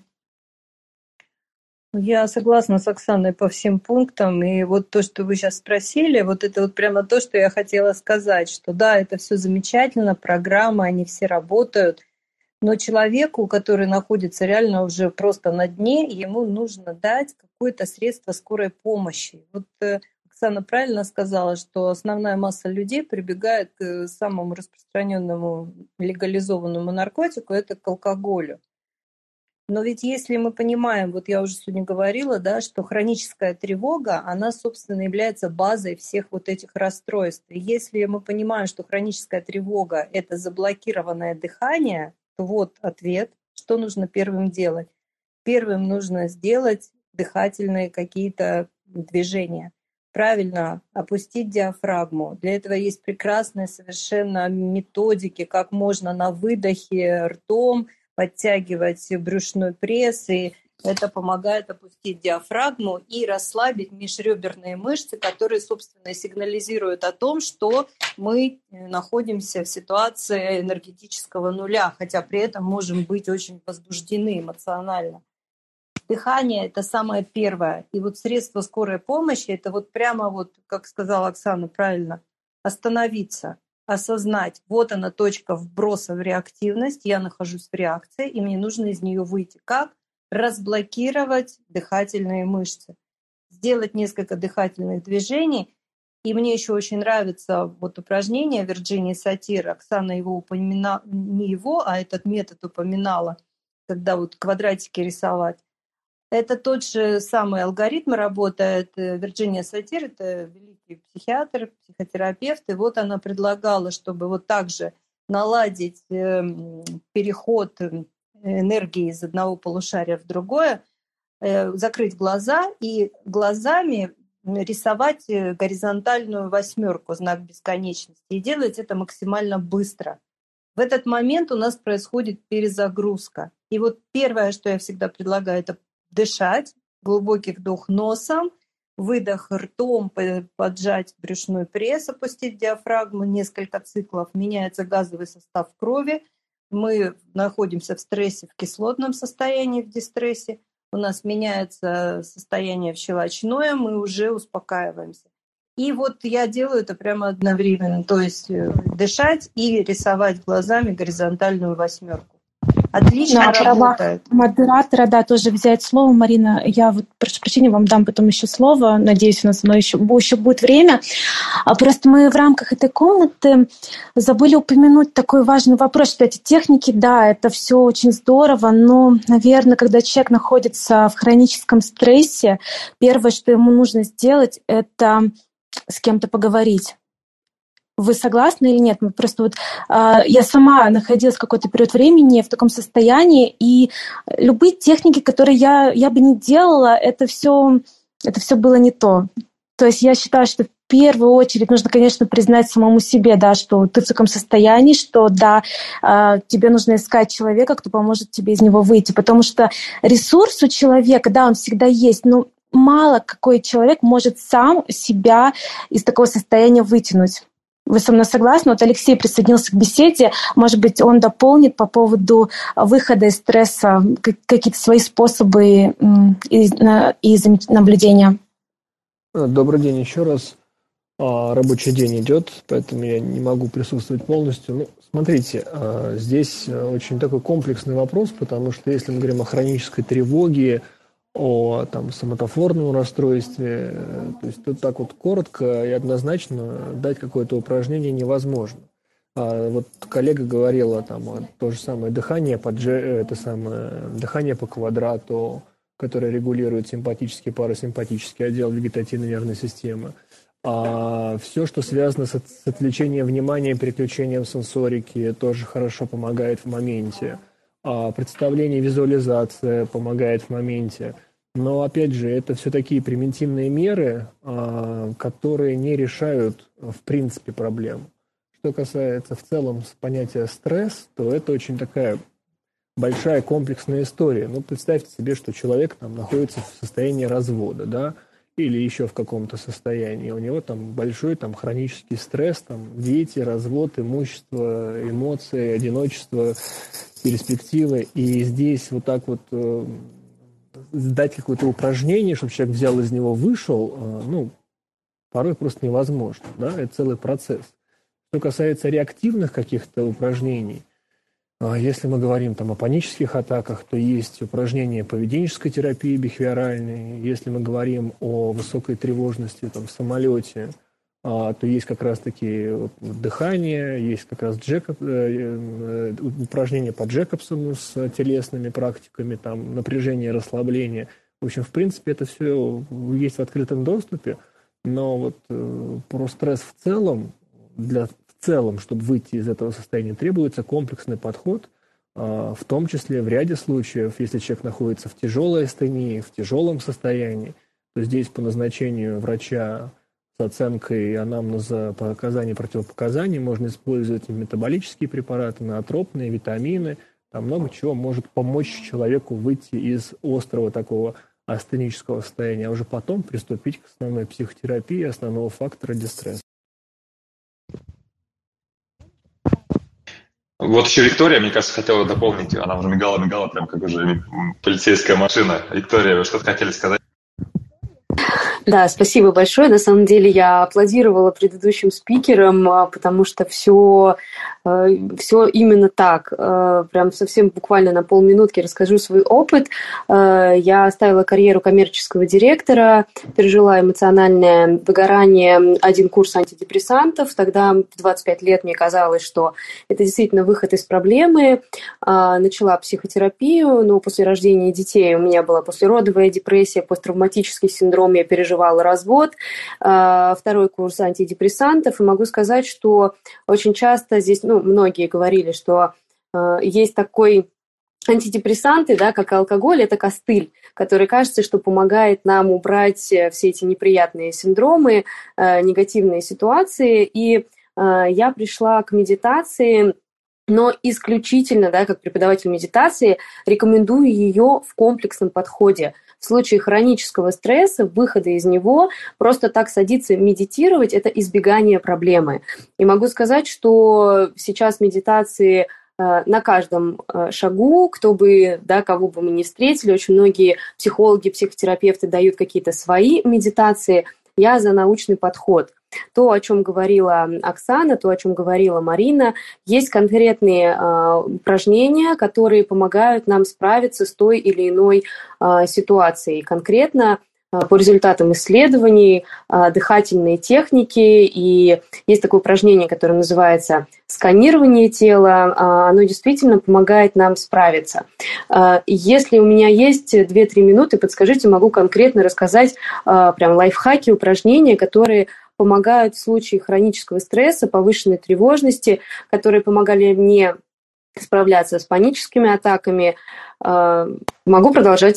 Я согласна с Оксаной по всем пунктам, и вот то, что вы сейчас спросили, вот это вот прямо то, что я хотела сказать, что да, это все замечательно, программы, они все работают, но человеку, который находится реально уже просто на дне, ему нужно дать какое-то средство скорой помощи. Вот Оксана правильно сказала, что основная масса людей прибегает к самому распространенному легализованному наркотику, это к алкоголю. Но ведь если мы понимаем, вот я уже сегодня говорила, да, что хроническая тревога, она, собственно, является базой всех вот этих расстройств. И если мы понимаем, что хроническая тревога – это заблокированное дыхание, то вот ответ, что нужно первым делать. Первым нужно сделать дыхательные какие-то движения. Правильно опустить диафрагму. Для этого есть прекрасные совершенно методики, как можно на выдохе ртом подтягивать брюшной пресс, и это помогает опустить диафрагму и расслабить межреберные мышцы, которые, собственно, сигнализируют о том, что мы находимся в ситуации энергетического нуля, хотя при этом можем быть очень возбуждены эмоционально. Дыхание – это самое первое. И вот средство скорой помощи – это вот прямо вот, как сказала Оксана правильно, остановиться, осознать, вот она точка вброса в реактивность, я нахожусь в реакции, и мне нужно из нее выйти. Как? Разблокировать дыхательные мышцы, сделать несколько дыхательных движений. И мне еще очень нравится вот упражнение Вирджинии Сатир. Оксана его упоминала, не его, а этот метод упоминала, когда вот квадратики рисовать. Это тот же самый алгоритм работает. Вирджиния Сатир – это великий психиатр, психотерапевт. И вот она предлагала, чтобы вот так же наладить переход энергии из одного полушария в другое, закрыть глаза и глазами рисовать горизонтальную восьмерку, знак бесконечности, и делать это максимально быстро. В этот момент у нас происходит перезагрузка. И вот первое, что я всегда предлагаю, это дышать, глубокий вдох носом, выдох ртом, поджать брюшной пресс, опустить диафрагму, несколько циклов, меняется газовый состав крови, мы находимся в стрессе, в кислотном состоянии, в дистрессе, у нас меняется состояние в щелочное, мы уже успокаиваемся. И вот я делаю это прямо одновременно, то есть дышать и рисовать глазами горизонтальную восьмерку. Отлично работает. Модератора, да, тоже взять слово. Марина, я вот, прошу прощения, вам дам потом еще слово. Надеюсь, у нас оно еще будет время. Просто мы в рамках этой комнаты забыли упомянуть такой важный вопрос, что эти техники, да, это все очень здорово, но, наверное, когда человек находится в хроническом стрессе, первое, что ему нужно сделать, это с кем-то поговорить. Вы согласны или нет? Просто вот я сама находилась в какой-то период времени в таком состоянии, и любые техники, которые я бы не делала, это все это все было не то. То есть я считаю, что в первую очередь нужно, конечно, признать самому себе, да, что ты в таком состоянии, что, да, тебе нужно искать человека, кто поможет тебе из него выйти, потому что ресурс у человека, да, он всегда есть, но мало какой человек может сам себя из такого состояния вытянуть. Вы со мной согласны? Вот Алексей присоединился к беседе. Может быть, он дополнит по поводу выхода из стресса какие-то свои способы и наблюдения. Добрый день еще раз. Рабочий день идет, поэтому я не могу присутствовать полностью. Ну, смотрите, здесь очень такой комплексный вопрос, потому что если мы говорим о хронической тревоге, о соматофорном расстройстве, то есть тут так вот коротко и однозначно дать какое-то упражнение невозможно. Вот коллега говорила то же самое дыхание дыхание по квадрату, которое регулирует симпатический, парасимпатический отдел вегетативной нервной системы. Все, что связано с отвлечением внимания, переключением сенсорики, тоже хорошо помогает в моменте. Представление, визуализация помогает в моменте. Но, опять же, это все такие примитивные меры, которые не решают, в принципе, проблему. Что касается в целом понятия стресс, то это очень такая большая комплексная история. Ну, представьте себе, что человек находится в состоянии развода, да, или еще в каком-то состоянии. У него большой хронический стресс, дети, развод, имущество, эмоции, одиночество, перспективы. И здесь вот так вот дать какое-то упражнение, чтобы человек взял из него, вышел, порой просто невозможно. Да? Это целый процесс. Что касается реактивных каких-то упражнений, если мы говорим о панических атаках, то есть упражнения поведенческой терапии бихевиоральной. Если мы говорим о высокой тревожности в самолете, то есть как раз-таки дыхание, есть как раз упражнения по Джекобсону с телесными практиками, напряжение, расслабление. В общем, в принципе, это все есть в открытом доступе, но про стресс в целом, чтобы выйти из этого состояния, требуется комплексный подход, в том числе в ряде случаев, если человек находится в тяжелой астении, в тяжелом состоянии, то здесь по назначению врача с оценкой анамнеза показаний, противопоказаний можно использовать и метаболические препараты, ноотропные, витамины. Там много чего может помочь человеку выйти из острого такого астенического состояния, а уже потом приступить к основной психотерапии основного фактора дистресса. Вот еще Виктория, мне кажется, хотела дополнить. Она уже мигала, прям как уже полицейская машина. Виктория, вы что-то хотели сказать? Да, спасибо большое. На самом деле я аплодировала предыдущим спикерам, потому что все именно так. Прям совсем буквально на полминутки расскажу свой опыт. Я оставила карьеру коммерческого директора, пережила эмоциональное выгорание, 1 курс антидепрессантов. Тогда в 25 лет мне казалось, что это действительно выход из проблемы. Начала психотерапию, но после рождения детей у меня была послеродовая депрессия, посттравматический синдром, я переживала развод, 2-й курс антидепрессантов. И могу сказать, что очень часто здесь, многие говорили, что есть такой антидепрессанты, да, как алкоголь, это костыль, который, кажется, что помогает нам убрать все эти неприятные синдромы, негативные ситуации. И я пришла к медитации, но исключительно, да, как преподаватель медитации, рекомендую ее в комплексном подходе. В случае хронического стресса, выхода из него, просто так садиться медитировать – это избегание проблемы. И могу сказать, что сейчас медитации на каждом шагу, кого бы мы ни встретили, очень многие психологи, психотерапевты дают какие-то свои медитации. Я за научный подход. То, о чем говорила Оксана, то, о чем говорила Марина, есть конкретные упражнения, которые помогают нам справиться с той или иной ситуацией. Конкретно по результатам исследований, дыхательные техники, и есть такое упражнение, которое называется сканирование тела, оно действительно помогает нам справиться. Если у меня есть 2-3 минуты, подскажите, могу конкретно рассказать прям лайфхаки, упражнения, которые помогают в случае хронического стресса, повышенной тревожности, которые помогали мне справляться с паническими атаками. Могу продолжать?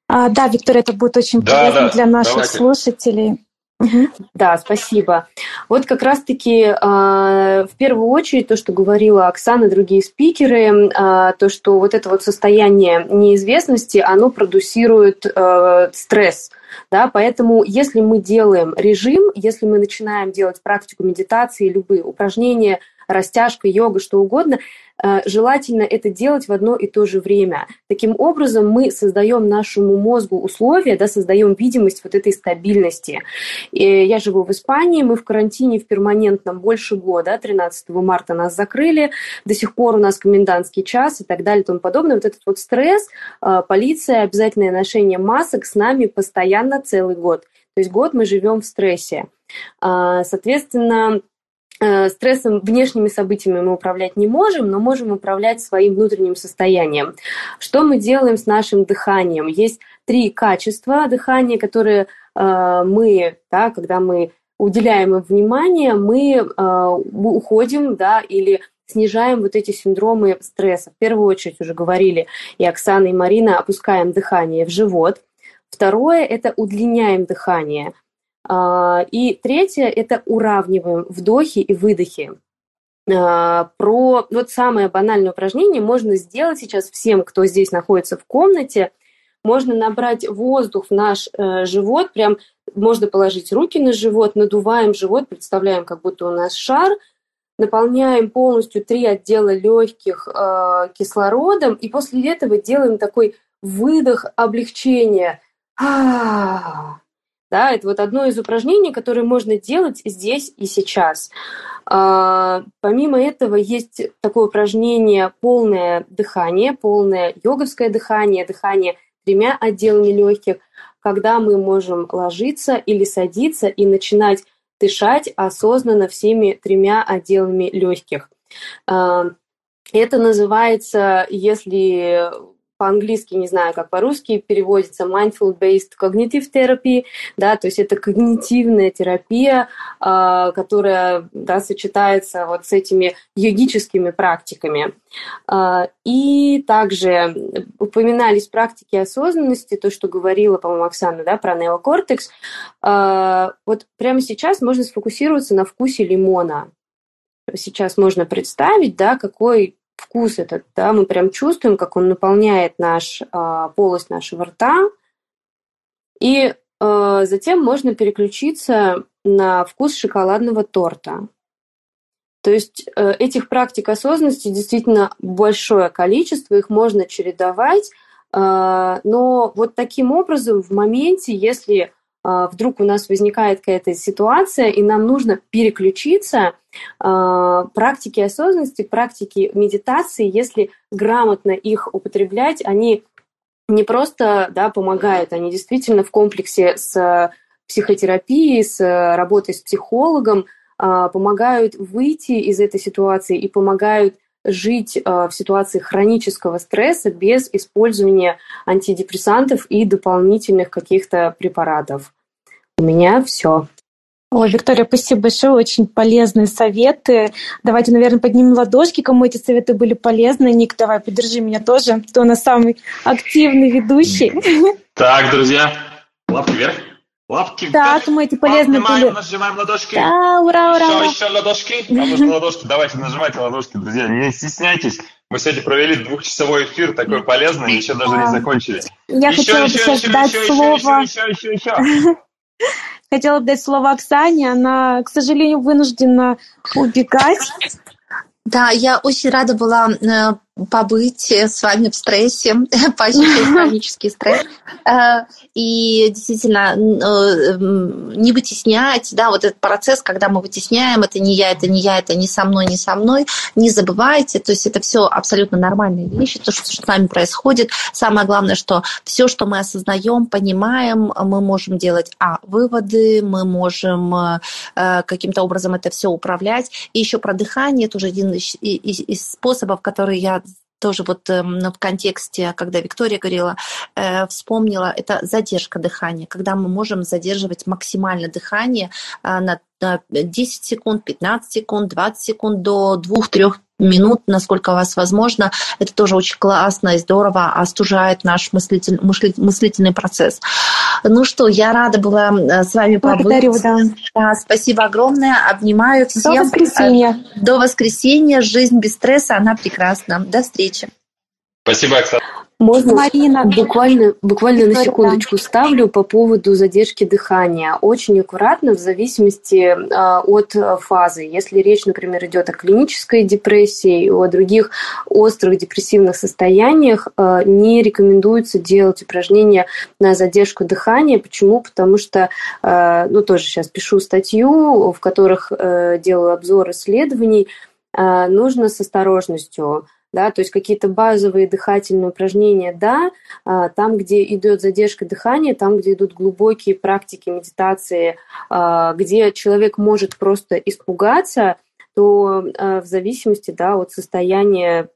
Да, Виктория, это будет очень полезно для наших слушателей. Да, спасибо. Вот как раз-таки в первую очередь то, что говорила Оксана и другие спикеры, то, что вот это вот состояние неизвестности, оно продуцирует стресс. Да, поэтому если мы делаем режим, если мы начинаем делать практику медитации, любые упражнения, растяжка, йога, что угодно, желательно это делать в одно и то же время. Таким образом, мы создаем нашему мозгу условия, да, создаем видимость вот этой стабильности. И я живу в Испании, мы в карантине в перманентном больше года, 13 марта нас закрыли, до сих пор у нас комендантский час и так далее и тому подобное. Вот этот вот стресс, полиция, обязательное ношение масок с нами постоянно целый год. То есть год мы живем в стрессе. Соответственно, стрессом, внешними событиями мы управлять не можем, но можем управлять своим внутренним состоянием. Что мы делаем с нашим дыханием? Есть 3 качества дыхания, которые мы, да, когда мы уделяем им внимание, мы уходим, да, или снижаем вот эти синдромы стресса. В первую очередь, уже говорили и Оксана, и Марина, опускаем дыхание в живот. Второе – это удлиняем дыхание. И третье – это уравниваем вдохи и выдохи. Вот самое банальное упражнение можно сделать сейчас всем, кто здесь находится в комнате. Можно набрать воздух в наш живот, прям можно положить руки на живот, надуваем живот, представляем, как будто у нас шар, наполняем полностью 3 отдела легких кислородом, и после этого делаем такой выдох облегчения. Да, это вот одно из упражнений, которое можно делать здесь и сейчас. Помимо этого есть такое упражнение полное дыхание, полное йоговское дыхание, дыхание 3 отделами легких, когда мы можем ложиться или садиться и начинать дышать осознанно всеми 3 отделами легких. Это называется, если по-английски, не знаю, как по-русски переводится, mindful-based cognitive therapy, да, то есть это когнитивная терапия, которая, да, сочетается вот с этими йогическими практиками. И также упоминались практики осознанности, то, что говорила, по-моему, Оксана, да, про неокортекс. Вот прямо сейчас можно сфокусироваться на вкусе лимона. Сейчас можно представить, да, какой вкус этот, да, мы прям чувствуем, как он наполняет полость нашего рта. И затем можно переключиться на вкус шоколадного торта. То есть этих практик осознанности действительно большое количество, их можно чередовать, но вот таким образом в моменте, если вдруг у нас возникает какая-то ситуация, и нам нужно переключиться, практики осознанности, практики медитации, если грамотно их употреблять, они не просто, да, помогают, они действительно в комплексе с психотерапией, с работой с психологом помогают выйти из этой ситуации и помогают жить в ситуации хронического стресса без использования антидепрессантов и дополнительных каких-то препаратов. У меня все. Ой, Виктория, спасибо большое, очень полезные советы. Давайте, наверное, поднимем ладошки, кому эти советы были полезны. Ник, давай, поддержи меня тоже, ты у нас самый активный ведущий. Так, друзья, лапки вверх. Лапки вверх. Так, мы эти полезные были. Нажимаем ладошки. Да, ура, ура. Еще ладошки. Нам нужны ладошки. Давайте, нажимайте ладошки, друзья. Не стесняйтесь. Мы сегодня провели 2-часовой эфир, такой полезный, еще даже не закончили. Я хотела бы сейчас дать слово. Хотела бы дать слово Оксане. Она, к сожалению, вынуждена убегать. Да, я очень рада была побыть с вами в стрессе, поощрять хронический стресс. И действительно не вытеснять, да, вот этот процесс, когда мы вытесняем, это не я, это не я, это не со мной, не со мной, не забывайте, то есть это все абсолютно нормальные вещи, то, что с нами происходит. Самое главное, что все, что мы осознаем, понимаем, мы можем делать выводы, мы можем каким-то образом это все управлять. И еще про дыхание, тоже один из способов, который я тоже вот в контексте, когда Виктория говорила, вспомнила, это задержка дыхания, когда мы можем задерживать максимально дыхание на 10 секунд, 15 секунд, 20 секунд до 2-3 минут, насколько у вас возможно. Это тоже очень классно и здорово остужает наш мыслительный процесс. Ну что, я рада была с вами побыть. Благодарю, да. Да, спасибо огромное. Обнимаю всем. До воскресенья. До воскресенья. Жизнь без стресса, она прекрасна. До встречи. Спасибо, Оксана. Можно Марина. буквально на секундочку ставлю по поводу задержки дыхания. Очень аккуратно в зависимости от фазы. Если речь, например, идет о клинической депрессии и о других острых депрессивных состояниях, не рекомендуется делать упражнения на задержку дыхания. Почему? Потому что, тоже сейчас пишу статью, в которых делаю обзор исследований, нужно с осторожностью. Да, то есть какие-то базовые дыхательные упражнения, да, там, где идет задержка дыхания, там, где идут глубокие практики медитации, где человек может просто испугаться, то в зависимости, да, от состояния.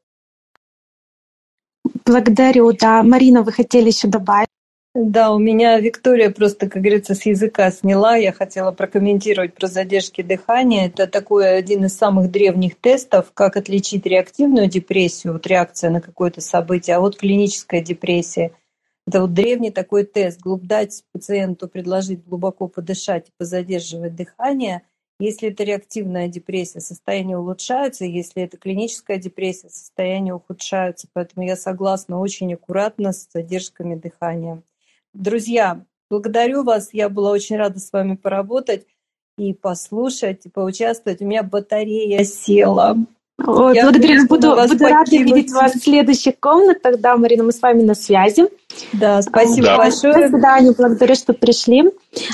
Благодарю, да. Марина, вы хотели еще добавить? Да, у меня Виктория просто, как говорится, с языка сняла. Я хотела прокомментировать про задержки дыхания. Это такой один из самых древних тестов, как отличить реактивную депрессию, вот реакция на какое-то событие, а вот клиническая депрессия. Это вот древний такой тест. Дать пациенту, предложить глубоко подышать и позадерживать дыхание. Если это реактивная депрессия, состояние улучшается. Если это клиническая депрессия, состояние ухудшается. Поэтому я согласна очень аккуратно с задержками дыхания. Друзья, благодарю вас. Я была очень рада с вами поработать и послушать, и поучаствовать. У меня батарея села. Ой, благодарю. Буду рада видеть вас в следующих комнатах. Да, Марина, мы с вами на связи. Да, спасибо большое. До свидания. Благодарю, что пришли.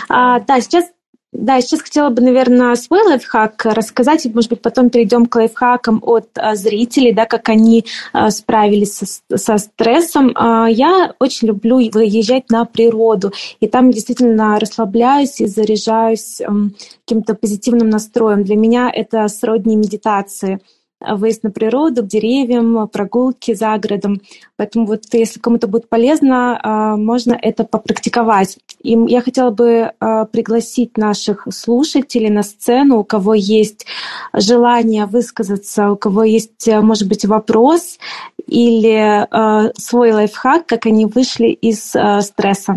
Сейчас хотела бы, наверное, свой лайфхак рассказать, и, может быть, потом перейдем к лайфхакам от зрителей, да, как они справились со стрессом. Я очень люблю выезжать на природу, и там действительно расслабляюсь и заряжаюсь каким-то позитивным настроем. Для меня это сродни медитации. Выезд на природу, к деревьям, прогулки за городом. Поэтому вот если кому-то будет полезно, можно это попрактиковать. И я хотела бы пригласить наших слушателей на сцену, у кого есть желание высказаться, у кого есть, может быть, вопрос или свой лайфхак, как они вышли из стресса.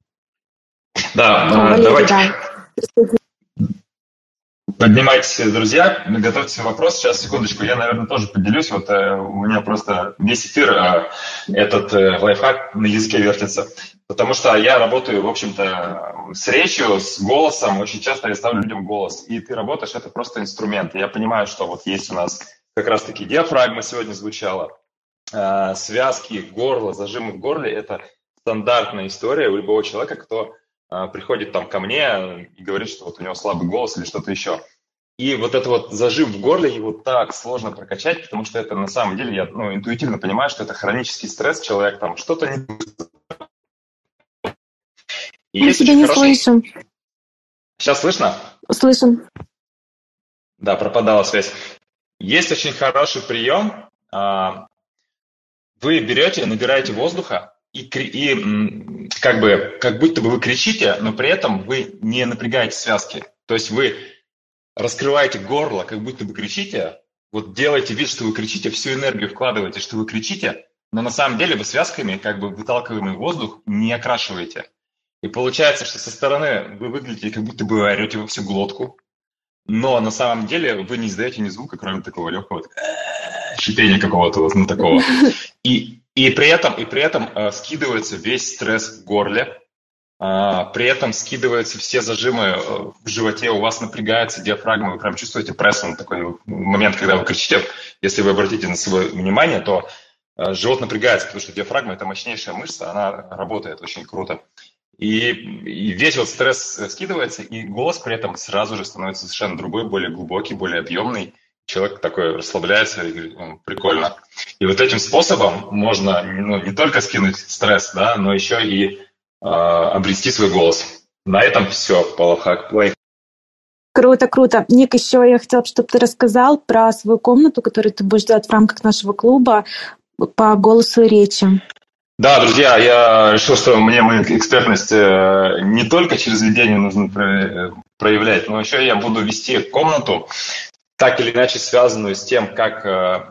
Да, давайте. Поднимайтесь, друзья, готовьте вопрос. Сейчас, секундочку, я, наверное, тоже поделюсь. Вот у меня просто весь эфир, этот лайфхак на языке вертится. Потому что я работаю, в общем-то, с речью, с голосом. Очень часто я ставлю людям голос. И ты работаешь, это просто инструмент. Я понимаю, что вот есть у нас как раз-таки диафрагма сегодня звучала, связки, горло, зажимы в горле. Это стандартная история у любого человека, кто приходит там ко мне и говорит, что вот у него слабый голос или что-то еще. И вот это вот зажим в горле, его так сложно прокачать, потому что это на самом деле, я интуитивно понимаю, что это хронический стресс, человек там что-то не... Мы тебя не слышим. Сейчас слышно? Слышим. Да, пропадала связь. Есть очень хороший прием. Вы берете, набираете воздуха, и как будто бы вы кричите, но при этом вы не напрягаете связки. То есть вы раскрываете горло, как будто бы кричите, вот делаете вид, что вы кричите, всю энергию вкладываете, что вы кричите, но на самом деле вы связками, как бы выталкиваемый воздух, не окрашиваете. И получается, что со стороны вы выглядите, как будто бы вы орете во всю глотку, но на самом деле вы не издаете ни звука, кроме такого легкого шипения какого-то, вот такого. И при этом скидывается весь стресс в горле, при этом скидываются все зажимы в животе, у вас напрягается диафрагма, вы прям чувствуете пресс, такой момент, когда вы кричите, если вы обратите на свое внимание, то живот напрягается, потому что диафрагма – это мощнейшая мышца, она работает очень круто. И весь вот стресс скидывается, и голос при этом сразу же становится совершенно другой, более глубокий, более объемный. Человек такой расслабляется и говорит, прикольно. И вот этим способом можно не только скинуть стресс, да, но еще и обрести свой голос. На этом все по лайфхак плей. Круто. Ник, еще я хотела, чтобы ты рассказал про свою комнату, которую ты будешь делать в рамках нашего клуба по голосу и речи. Да, друзья, я решил, что мне мою экспертность не только через ведение нужно проявлять, но еще я буду вести комнату так или иначе связанную с тем, как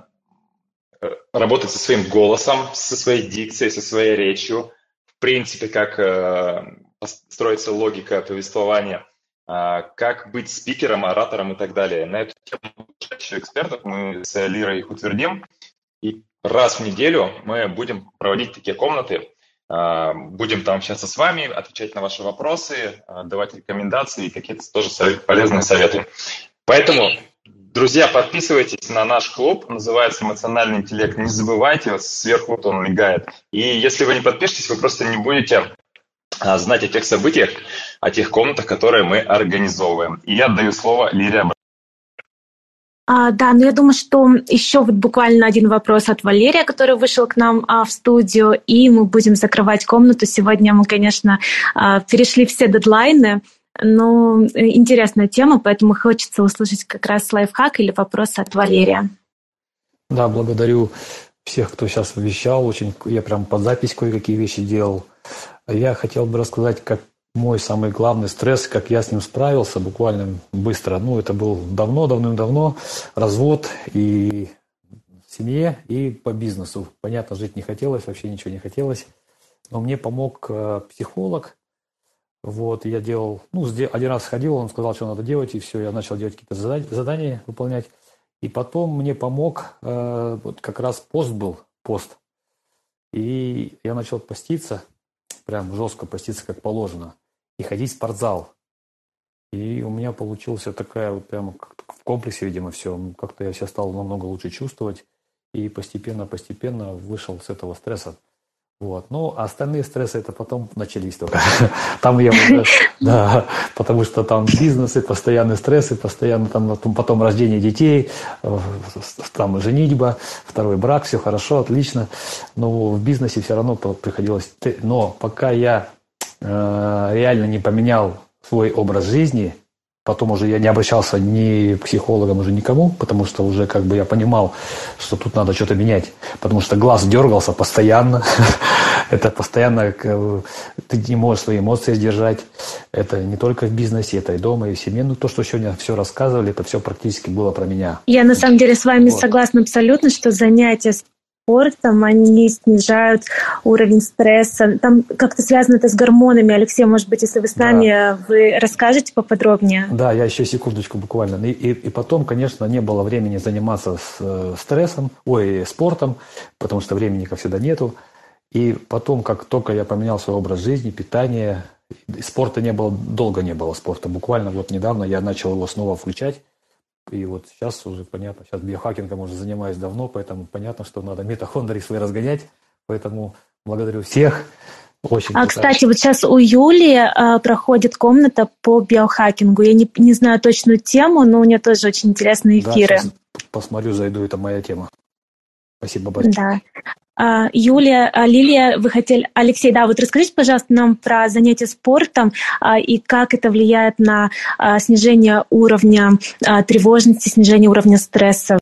работать со своим голосом, со своей дикцией, со своей речью, в принципе, как строится логика повествования, как быть спикером, оратором и так далее. На эту тему еще экспертов мы с Лирой утвердим. И раз в неделю мы будем проводить такие комнаты, будем там общаться с вами, отвечать на ваши вопросы, давать рекомендации и какие-то тоже полезные советы. Поэтому, друзья, подписывайтесь на наш клуб, называется «Эмоциональный интеллект». Не забывайте, сверху вот он мигает. И если вы не подпишетесь, вы просто не будете знать о тех событиях, о тех комнатах, которые мы организовываем. И я отдаю слово Лире. Да, но я думаю, что еще вот буквально один вопрос от Валерия, который вышел к нам в студию, и мы будем закрывать комнату. Сегодня мы, конечно, перешли все дедлайны, но интересная тема, поэтому хочется услышать как раз лайфхак или вопрос от Валерия. Да, благодарю всех, кто сейчас вещал. Я прям под запись кое-какие вещи делал. Я хотел бы рассказать, как мой самый главный стресс, как я с ним справился буквально быстро. Это был давным-давно, развод и в семье, и по бизнесу. Понятно, жить не хотелось, вообще ничего не хотелось. Но мне помог психолог. Я делал, один раз сходил, он сказал, что надо делать, и все, я начал делать какие-то задания выполнять. И потом мне помог, как раз пост. И я начал поститься, прям жестко поститься, как положено. И ходить в спортзал. И у меня получилась такая прямо в комплексе, видимо, все. Как-то я себя стал намного лучше чувствовать. И постепенно вышел с этого стресса. А остальные стрессы это потом начались только. Там я уже, да, потому что там бизнесы, постоянные стрессы, постоянно потом рождение детей, там женитьба, второй брак, все хорошо, отлично. Но в бизнесе все равно приходилось. Но пока я реально не поменял свой образ жизни, потом уже я не обращался ни к психологам, уже никому, потому что уже я понимал, что тут надо что-то менять, потому что глаз дергался постоянно, это постоянно ты не можешь свои эмоции сдержать, это не только в бизнесе, это и дома, и в семье. То, что сегодня все рассказывали, это все практически было про меня. Я на самом деле с вами согласна абсолютно, что занятия спортом, они снижают уровень стресса. Там как-то связано это с гормонами. Алексей, может быть, если вы с нами, вы расскажете поподробнее? Да, я еще секундочку буквально. И потом, конечно, не было времени заниматься спортом, потому что времени, как всегда, нету. И потом, как только я поменял свой образ жизни, питание, спорта не было, долго не было спорта. Буквально недавно я начал его снова включать. И сейчас уже понятно, сейчас биохакингом уже занимаюсь давно, поэтому понятно, что надо митохондрии свои разгонять. Поэтому благодарю всех. Кстати, сейчас у Юли проходит комната по биохакингу. Я не знаю точную тему, но у нее тоже очень интересные эфиры. Да, посмотрю, зайду, это моя тема. Спасибо большое. Да. Юлия, Лилия, вы хотели... Алексей, расскажите, пожалуйста, нам про занятия спортом и как это влияет на снижение уровня тревожности, снижение уровня стресса.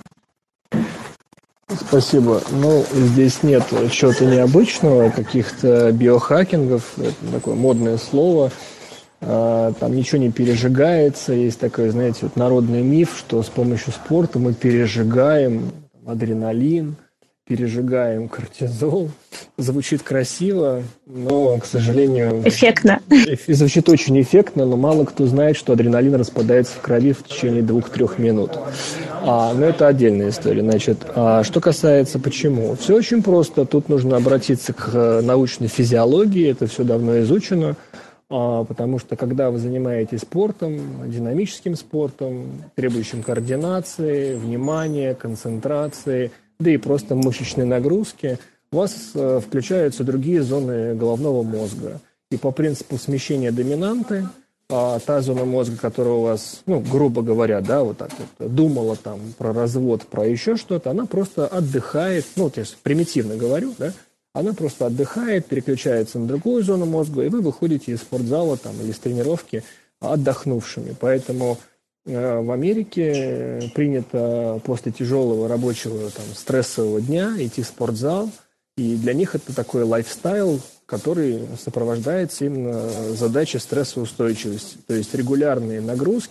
Спасибо. Здесь нет чего-то необычного, каких-то биохакингов, это такое модное слово. Там ничего не пережигается. Есть такой, народный миф, что с помощью спорта мы пережигаем адреналин, пережигаем кортизол. Звучит красиво, но, к сожалению... Эффектно. Звучит очень эффектно, но мало кто знает, что адреналин распадается в крови в течение 2-3 минут. Но это отдельная история. Что касается почему? Все очень просто. Тут нужно обратиться к научной физиологии. Это все давно изучено. Потому что, когда вы занимаетесь спортом, динамическим спортом, требующим координации, внимания, концентрации, да и просто мышечной нагрузки, у вас включаются другие зоны головного мозга. И по принципу смещения доминанты, та зона мозга, которая у вас, грубо говоря, думала про развод, про еще что-то, она просто отдыхает, я примитивно говорю, она просто отдыхает, переключается на другую зону мозга, и вы выходите из спортзала или с тренировки отдохнувшими. Поэтому в Америке принято после тяжелого рабочего стрессового дня идти в спортзал, и для них это такой лайфстайл, который сопровождается именно задачей стрессоустойчивости. То есть регулярные нагрузки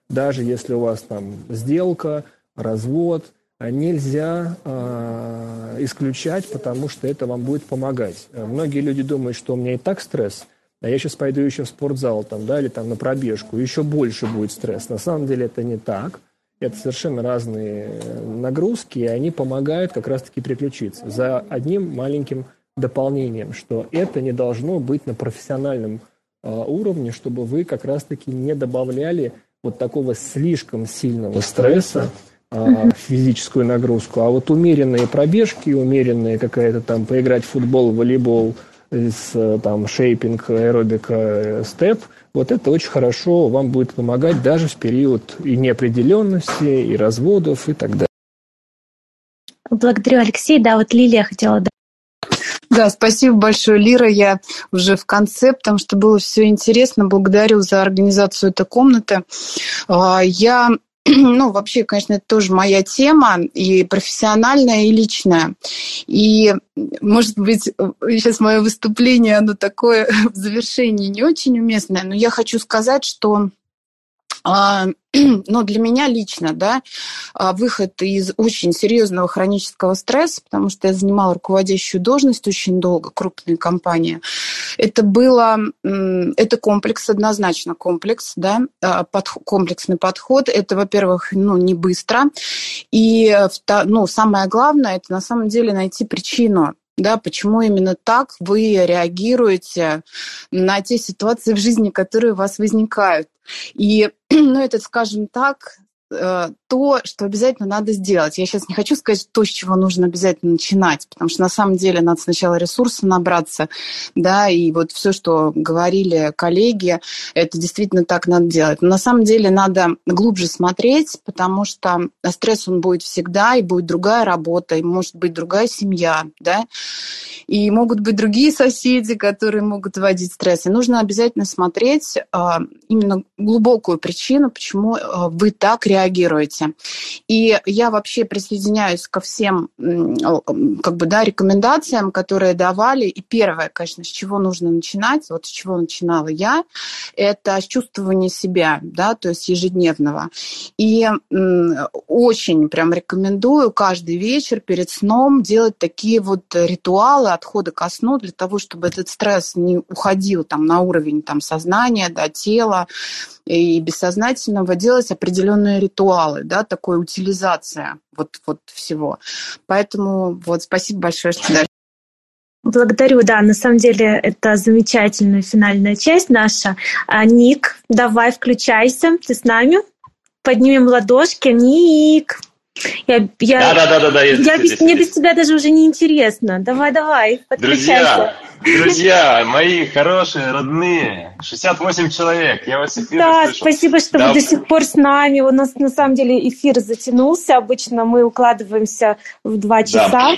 даже если у вас там сделка, развод, нельзя исключать, потому что это вам будет помогать. Многие люди думают, что у меня и так стресс, а я сейчас пойду еще в спортзал там, да, или там на пробежку, еще больше будет стресс. На самом деле это не так. Это совершенно разные нагрузки, и они помогают как раз-таки переключиться. За одним маленьким дополнением, что это не должно быть на профессиональном уровне, чтобы вы как раз-таки не добавляли вот такого слишком сильного стресса в физическую нагрузку. А вот умеренные пробежки, умеренные какая-то там поиграть в футбол, волейбол, там шейпинг, аэробика, степ, вот это очень хорошо вам будет помогать даже в период и неопределенности, и разводов, и так далее. Благодарю, Алексей. Да, вот Лилия хотела... Да, спасибо большое, Лира. Я уже в конце, потому что было все интересно. Благодарю за организацию этой комнаты. Вообще, конечно, это тоже моя тема, и профессиональная, и личная. И, может быть, сейчас мое выступление, оно такое в завершении не очень уместное, но я хочу сказать, что для меня лично, да, выход из очень серьезного хронического стресса, потому что я занимала руководящую должность очень долго, крупной компании, это комплекс, однозначно комплекс, да, комплексный подход. Это, во-первых, не быстро. И, самое главное, это на самом деле найти причину, да, почему именно так вы реагируете на те ситуации в жизни, которые у вас возникают. И, это, скажем так, то, что обязательно надо сделать. Я сейчас не хочу сказать то, с чего нужно обязательно начинать, потому что на самом деле надо сначала ресурсы набраться, да, и вот все, что говорили коллеги, это действительно так надо делать. Но на самом деле надо глубже смотреть, потому что стресс он будет всегда, и будет другая работа, и может быть другая семья, да, и могут быть другие соседи, которые могут вводить стресс. И нужно обязательно смотреть именно глубокую причину, почему вы так реагируете. И я вообще присоединяюсь ко всем рекомендациям, которые давали. И первое, конечно, с чего нужно начинать, вот с чего начинала я, это с чувствования себя, да, то есть ежедневного. И очень прям рекомендую каждый вечер перед сном делать такие вот ритуалы отхода ко сну для того, чтобы этот стресс не уходил там на уровень там сознания, да, тела и бессознательного, делать определенные ритуалы, да, такой утилизация вот всего. Поэтому спасибо большое, что дали. Благодарю, да, на самом деле это замечательная финальная часть наша. Ник, давай, включайся, ты с нами? Поднимем ладошки. Ник! Да. Мне без тебя даже уже не интересно. Давай, подключайся. Друзья, мои хорошие, родные, 68 человек, я вас эфир Да, слышу. Спасибо, что вы до сих пор с нами. У нас на самом деле эфир затянулся. Обычно мы укладываемся в 2 часа. Да.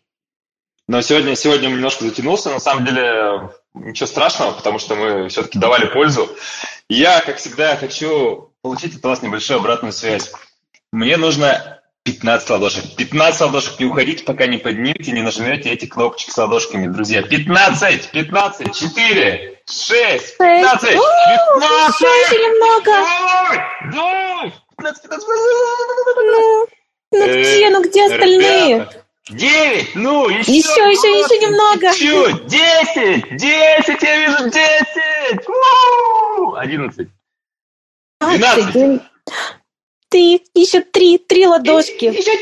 Но сегодня немножко затянулся. На самом деле ничего страшного, потому что мы все-таки давали пользу. Я, как всегда, хочу получить от вас небольшую обратную связь. Мне нужно 15 ладошек. 15 ладошек. Не уходите, пока не поднимете, не нажмете эти кнопочки с ладошками, друзья. 15, 4, 6, 15, 15. Еще немного. 15. Где остальные? Ребята, 9, еще немного. Чуть, 10, я вижу 10. 11. 12. Ты, еще 3 ладошки. Еще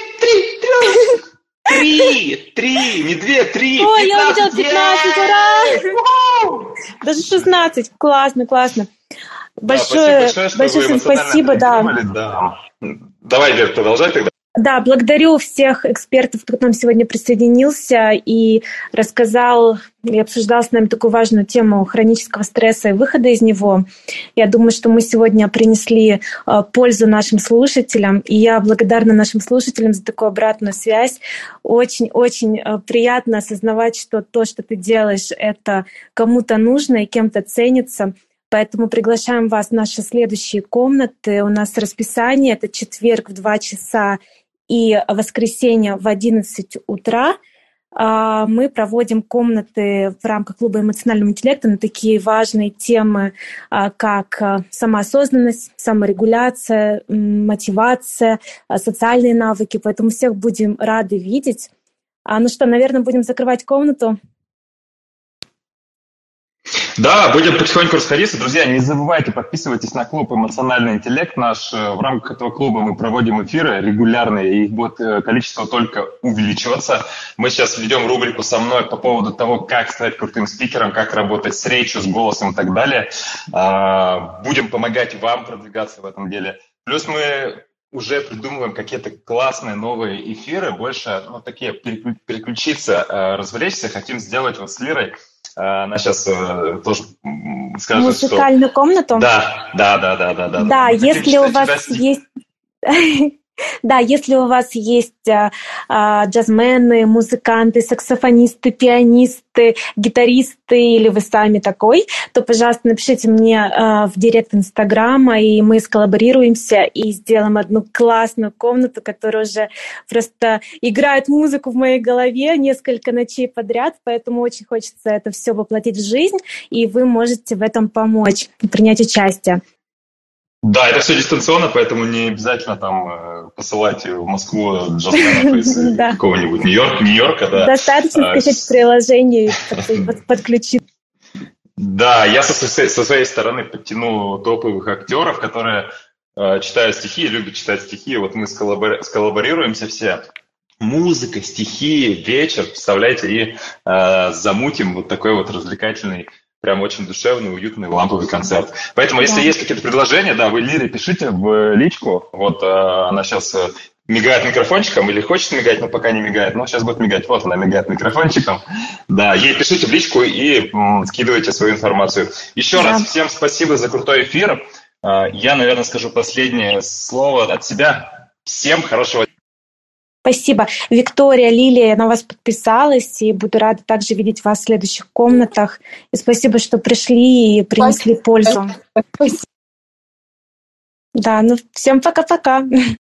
3, не 2, 3. Ой, я увидела 15, ура! Даже 16, классно. Большое всем спасибо, да. Давай, Лер, продолжай тогда. Да, благодарю всех экспертов, кто к нам сегодня присоединился и рассказал и обсуждал с нами такую важную тему хронического стресса и выхода из него. Я думаю, что мы сегодня принесли пользу нашим слушателям, и я благодарна нашим слушателям за такую обратную связь. Очень-очень приятно осознавать, что то, что ты делаешь, это кому-то нужно и кем-то ценится. Поэтому приглашаем вас в наши следующие комнаты. У нас расписание — это четверг в 2 часа и воскресенье в 11 утра. мы проводим комнаты в рамках клуба эмоционального интеллекта на такие важные темы, как самоосознанность, саморегуляция, мотивация, социальные навыки. Поэтому всех будем рады видеть. Ну что, наверное, будем закрывать комнату. Да, будем потихоньку расходиться. Друзья, не забывайте, подписывайтесь на клуб «Эмоциональный интеллект» наш. В рамках этого клуба мы проводим эфиры регулярные, и их будет количество только увеличиваться. Мы сейчас ведем рубрику со мной по поводу того, как стать крутым спикером, как работать с речью, с голосом и так далее. Будем помогать вам продвигаться в этом деле. Плюс мы уже придумываем какие-то классные новые эфиры, больше такие переключиться, развлечься. Хотим сделать вот с Лирой. Она сейчас тоже скажет, музыкальную комнату? Да. Да, если у вас есть... Да, если у вас есть джазмены, музыканты, саксофонисты, пианисты, гитаристы, или вы сами такой, то, пожалуйста, напишите мне в директ Инстаграма, и мы сколлаборируемся и сделаем одну классную комнату, которая уже просто играет музыку в моей голове несколько ночей подряд, поэтому очень хочется это все воплотить в жизнь, и вы можете в этом помочь, принять участие. Да, это все дистанционно, поэтому не обязательно там посылать в Москву джазменов из какого-нибудь Нью-Йорка. Да. Достаточно скачать приложение и подключить. Да, я со своей стороны подтяну топовых актеров, которые читают стихи, любят читать стихи. Вот мы сколлаборируемся все. Музыка, стихи, вечер, представляете, и замутим вот такой вот развлекательный, прям очень душевный, уютный, ламповый концерт. Поэтому, если есть какие-то предложения, да, вы Лире пишите в личку. Вот она сейчас мигает микрофончиком или хочет мигать, но пока не мигает. Но сейчас будет мигать. Вот она мигает микрофончиком. Да, ей пишите в личку и скидывайте свою информацию. Еще раз всем спасибо за крутой эфир. Я, наверное, скажу последнее слово от себя. Всем хорошего дня. Спасибо. Виктория, Лилия, на вас подписалась, и буду рада также видеть вас в следующих комнатах. И спасибо, что пришли и принесли пользу. Да, всем пока-пока.